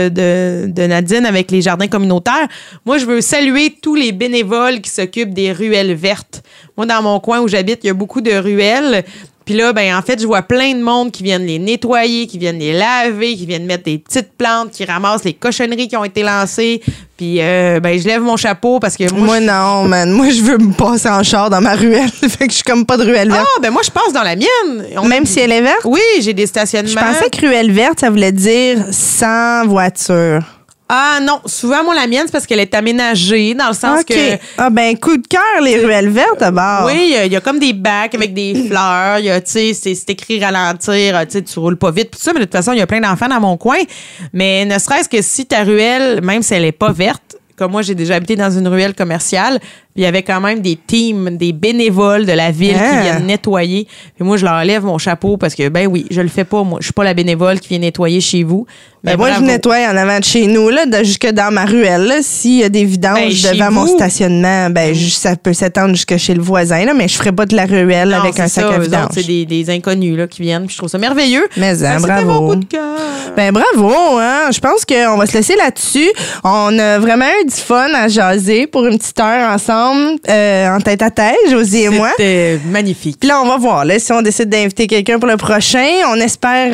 de Nadine avec les jardins communautaires. Moi, je veux saluer tous les bénévoles qui s'occupent des ruelles vertes. Moi, dans mon coin où j'habite, il y a beaucoup de ruelles. Puis là, ben en fait, je vois plein de monde qui viennent les nettoyer, qui viennent les laver, qui viennent mettre des petites plantes, qui ramassent les cochonneries qui ont été lancées. Puis, ben je lève mon chapeau parce que moi non, man. Moi, je veux me passer en char dans ma ruelle. Fait que je suis comme pas de ruelle verte. Ah, ben moi, je passe dans la mienne. Même si elle est verte? Oui, j'ai des stationnements. Je pensais que ruelle verte, ça voulait dire sans voiture. Ah non, souvent, moi, la mienne, c'est parce qu'elle est aménagée, dans le sens que... Ah ben, coup de cœur, les ruelles vertes, d'abord. Oui, il y a comme des bacs avec des fleurs, il y a, tu sais, c'est écrit ralentir, tu sais, tu roules pas vite, tout ça, mais de toute façon, il y a plein d'enfants dans mon coin. Mais ne serait-ce que si ta ruelle, même si elle est pas verte, comme moi, j'ai déjà habité dans une ruelle commerciale, il y avait quand même des teams, des bénévoles de la ville qui viennent nettoyer. Puis moi, je leur lève mon chapeau parce que, ben oui, je le fais pas, moi. Je suis pas la bénévole qui vient nettoyer chez vous. Ben moi, je nettoie en avant de chez nous, là, jusque dans ma ruelle. S'il y a des vidanges devant mon stationnement, ça peut s'étendre jusque chez le voisin, là, mais je ferai pas de la ruelle avec un sac à vidange. C'est des inconnus là, qui viennent. Puis je trouve ça merveilleux. Mais bravo. Mon coup de cœur. Ben bravo, hein. Je pense qu'on va se laisser là-dessus. On a vraiment eu du fun à jaser pour une petite heure ensemble. En tête à tête, Josie et moi. C'était magnifique. Puis là, on va voir là, si on décide d'inviter quelqu'un pour le prochain. On espère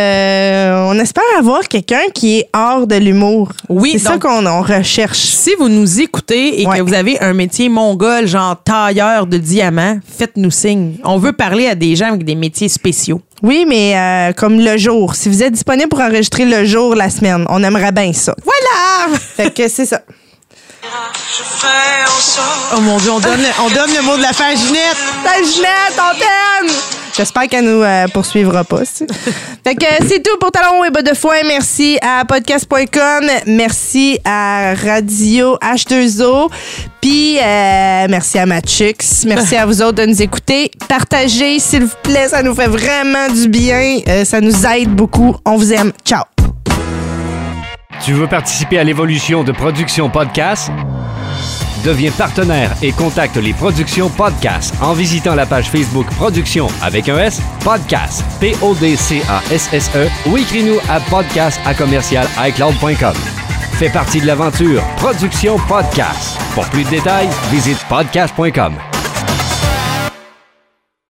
avoir quelqu'un qui est hors de l'humour. Oui, c'est ça qu'on recherche. Si vous nous écoutez et que vous avez un métier mongol, genre tailleur de diamants, faites-nous signe. On veut parler à des gens avec des métiers spéciaux. Oui, mais comme le jour. Si vous êtes disponible pour enregistrer le jour, la semaine, on aimerait bien ça. Voilà! Fait que c'est ça. Oh mon Dieu, on donne le mot de la fin à Ginette. Ginette, on t'aime! J'espère qu'elle nous poursuivra pas. Fait que c'est tout pour Talons et bas de foin. Merci à podcast.com. Merci à Radio H2O. Puis merci à Matchix. Merci à vous autres de nous écouter. Partagez, s'il vous plaît. Ça nous fait vraiment du bien. Ça nous aide beaucoup. On vous aime. Ciao. Tu veux participer à l'évolution de Production Podcast? Deviens partenaire et contacte les Productions Podcast en visitant la page Facebook Productions avec un S, Podcast, PODCASSE ou écris-nous à podcast@icloud.com. Fais partie de l'aventure Productions Podcast. Pour plus de détails, visite podcast.com.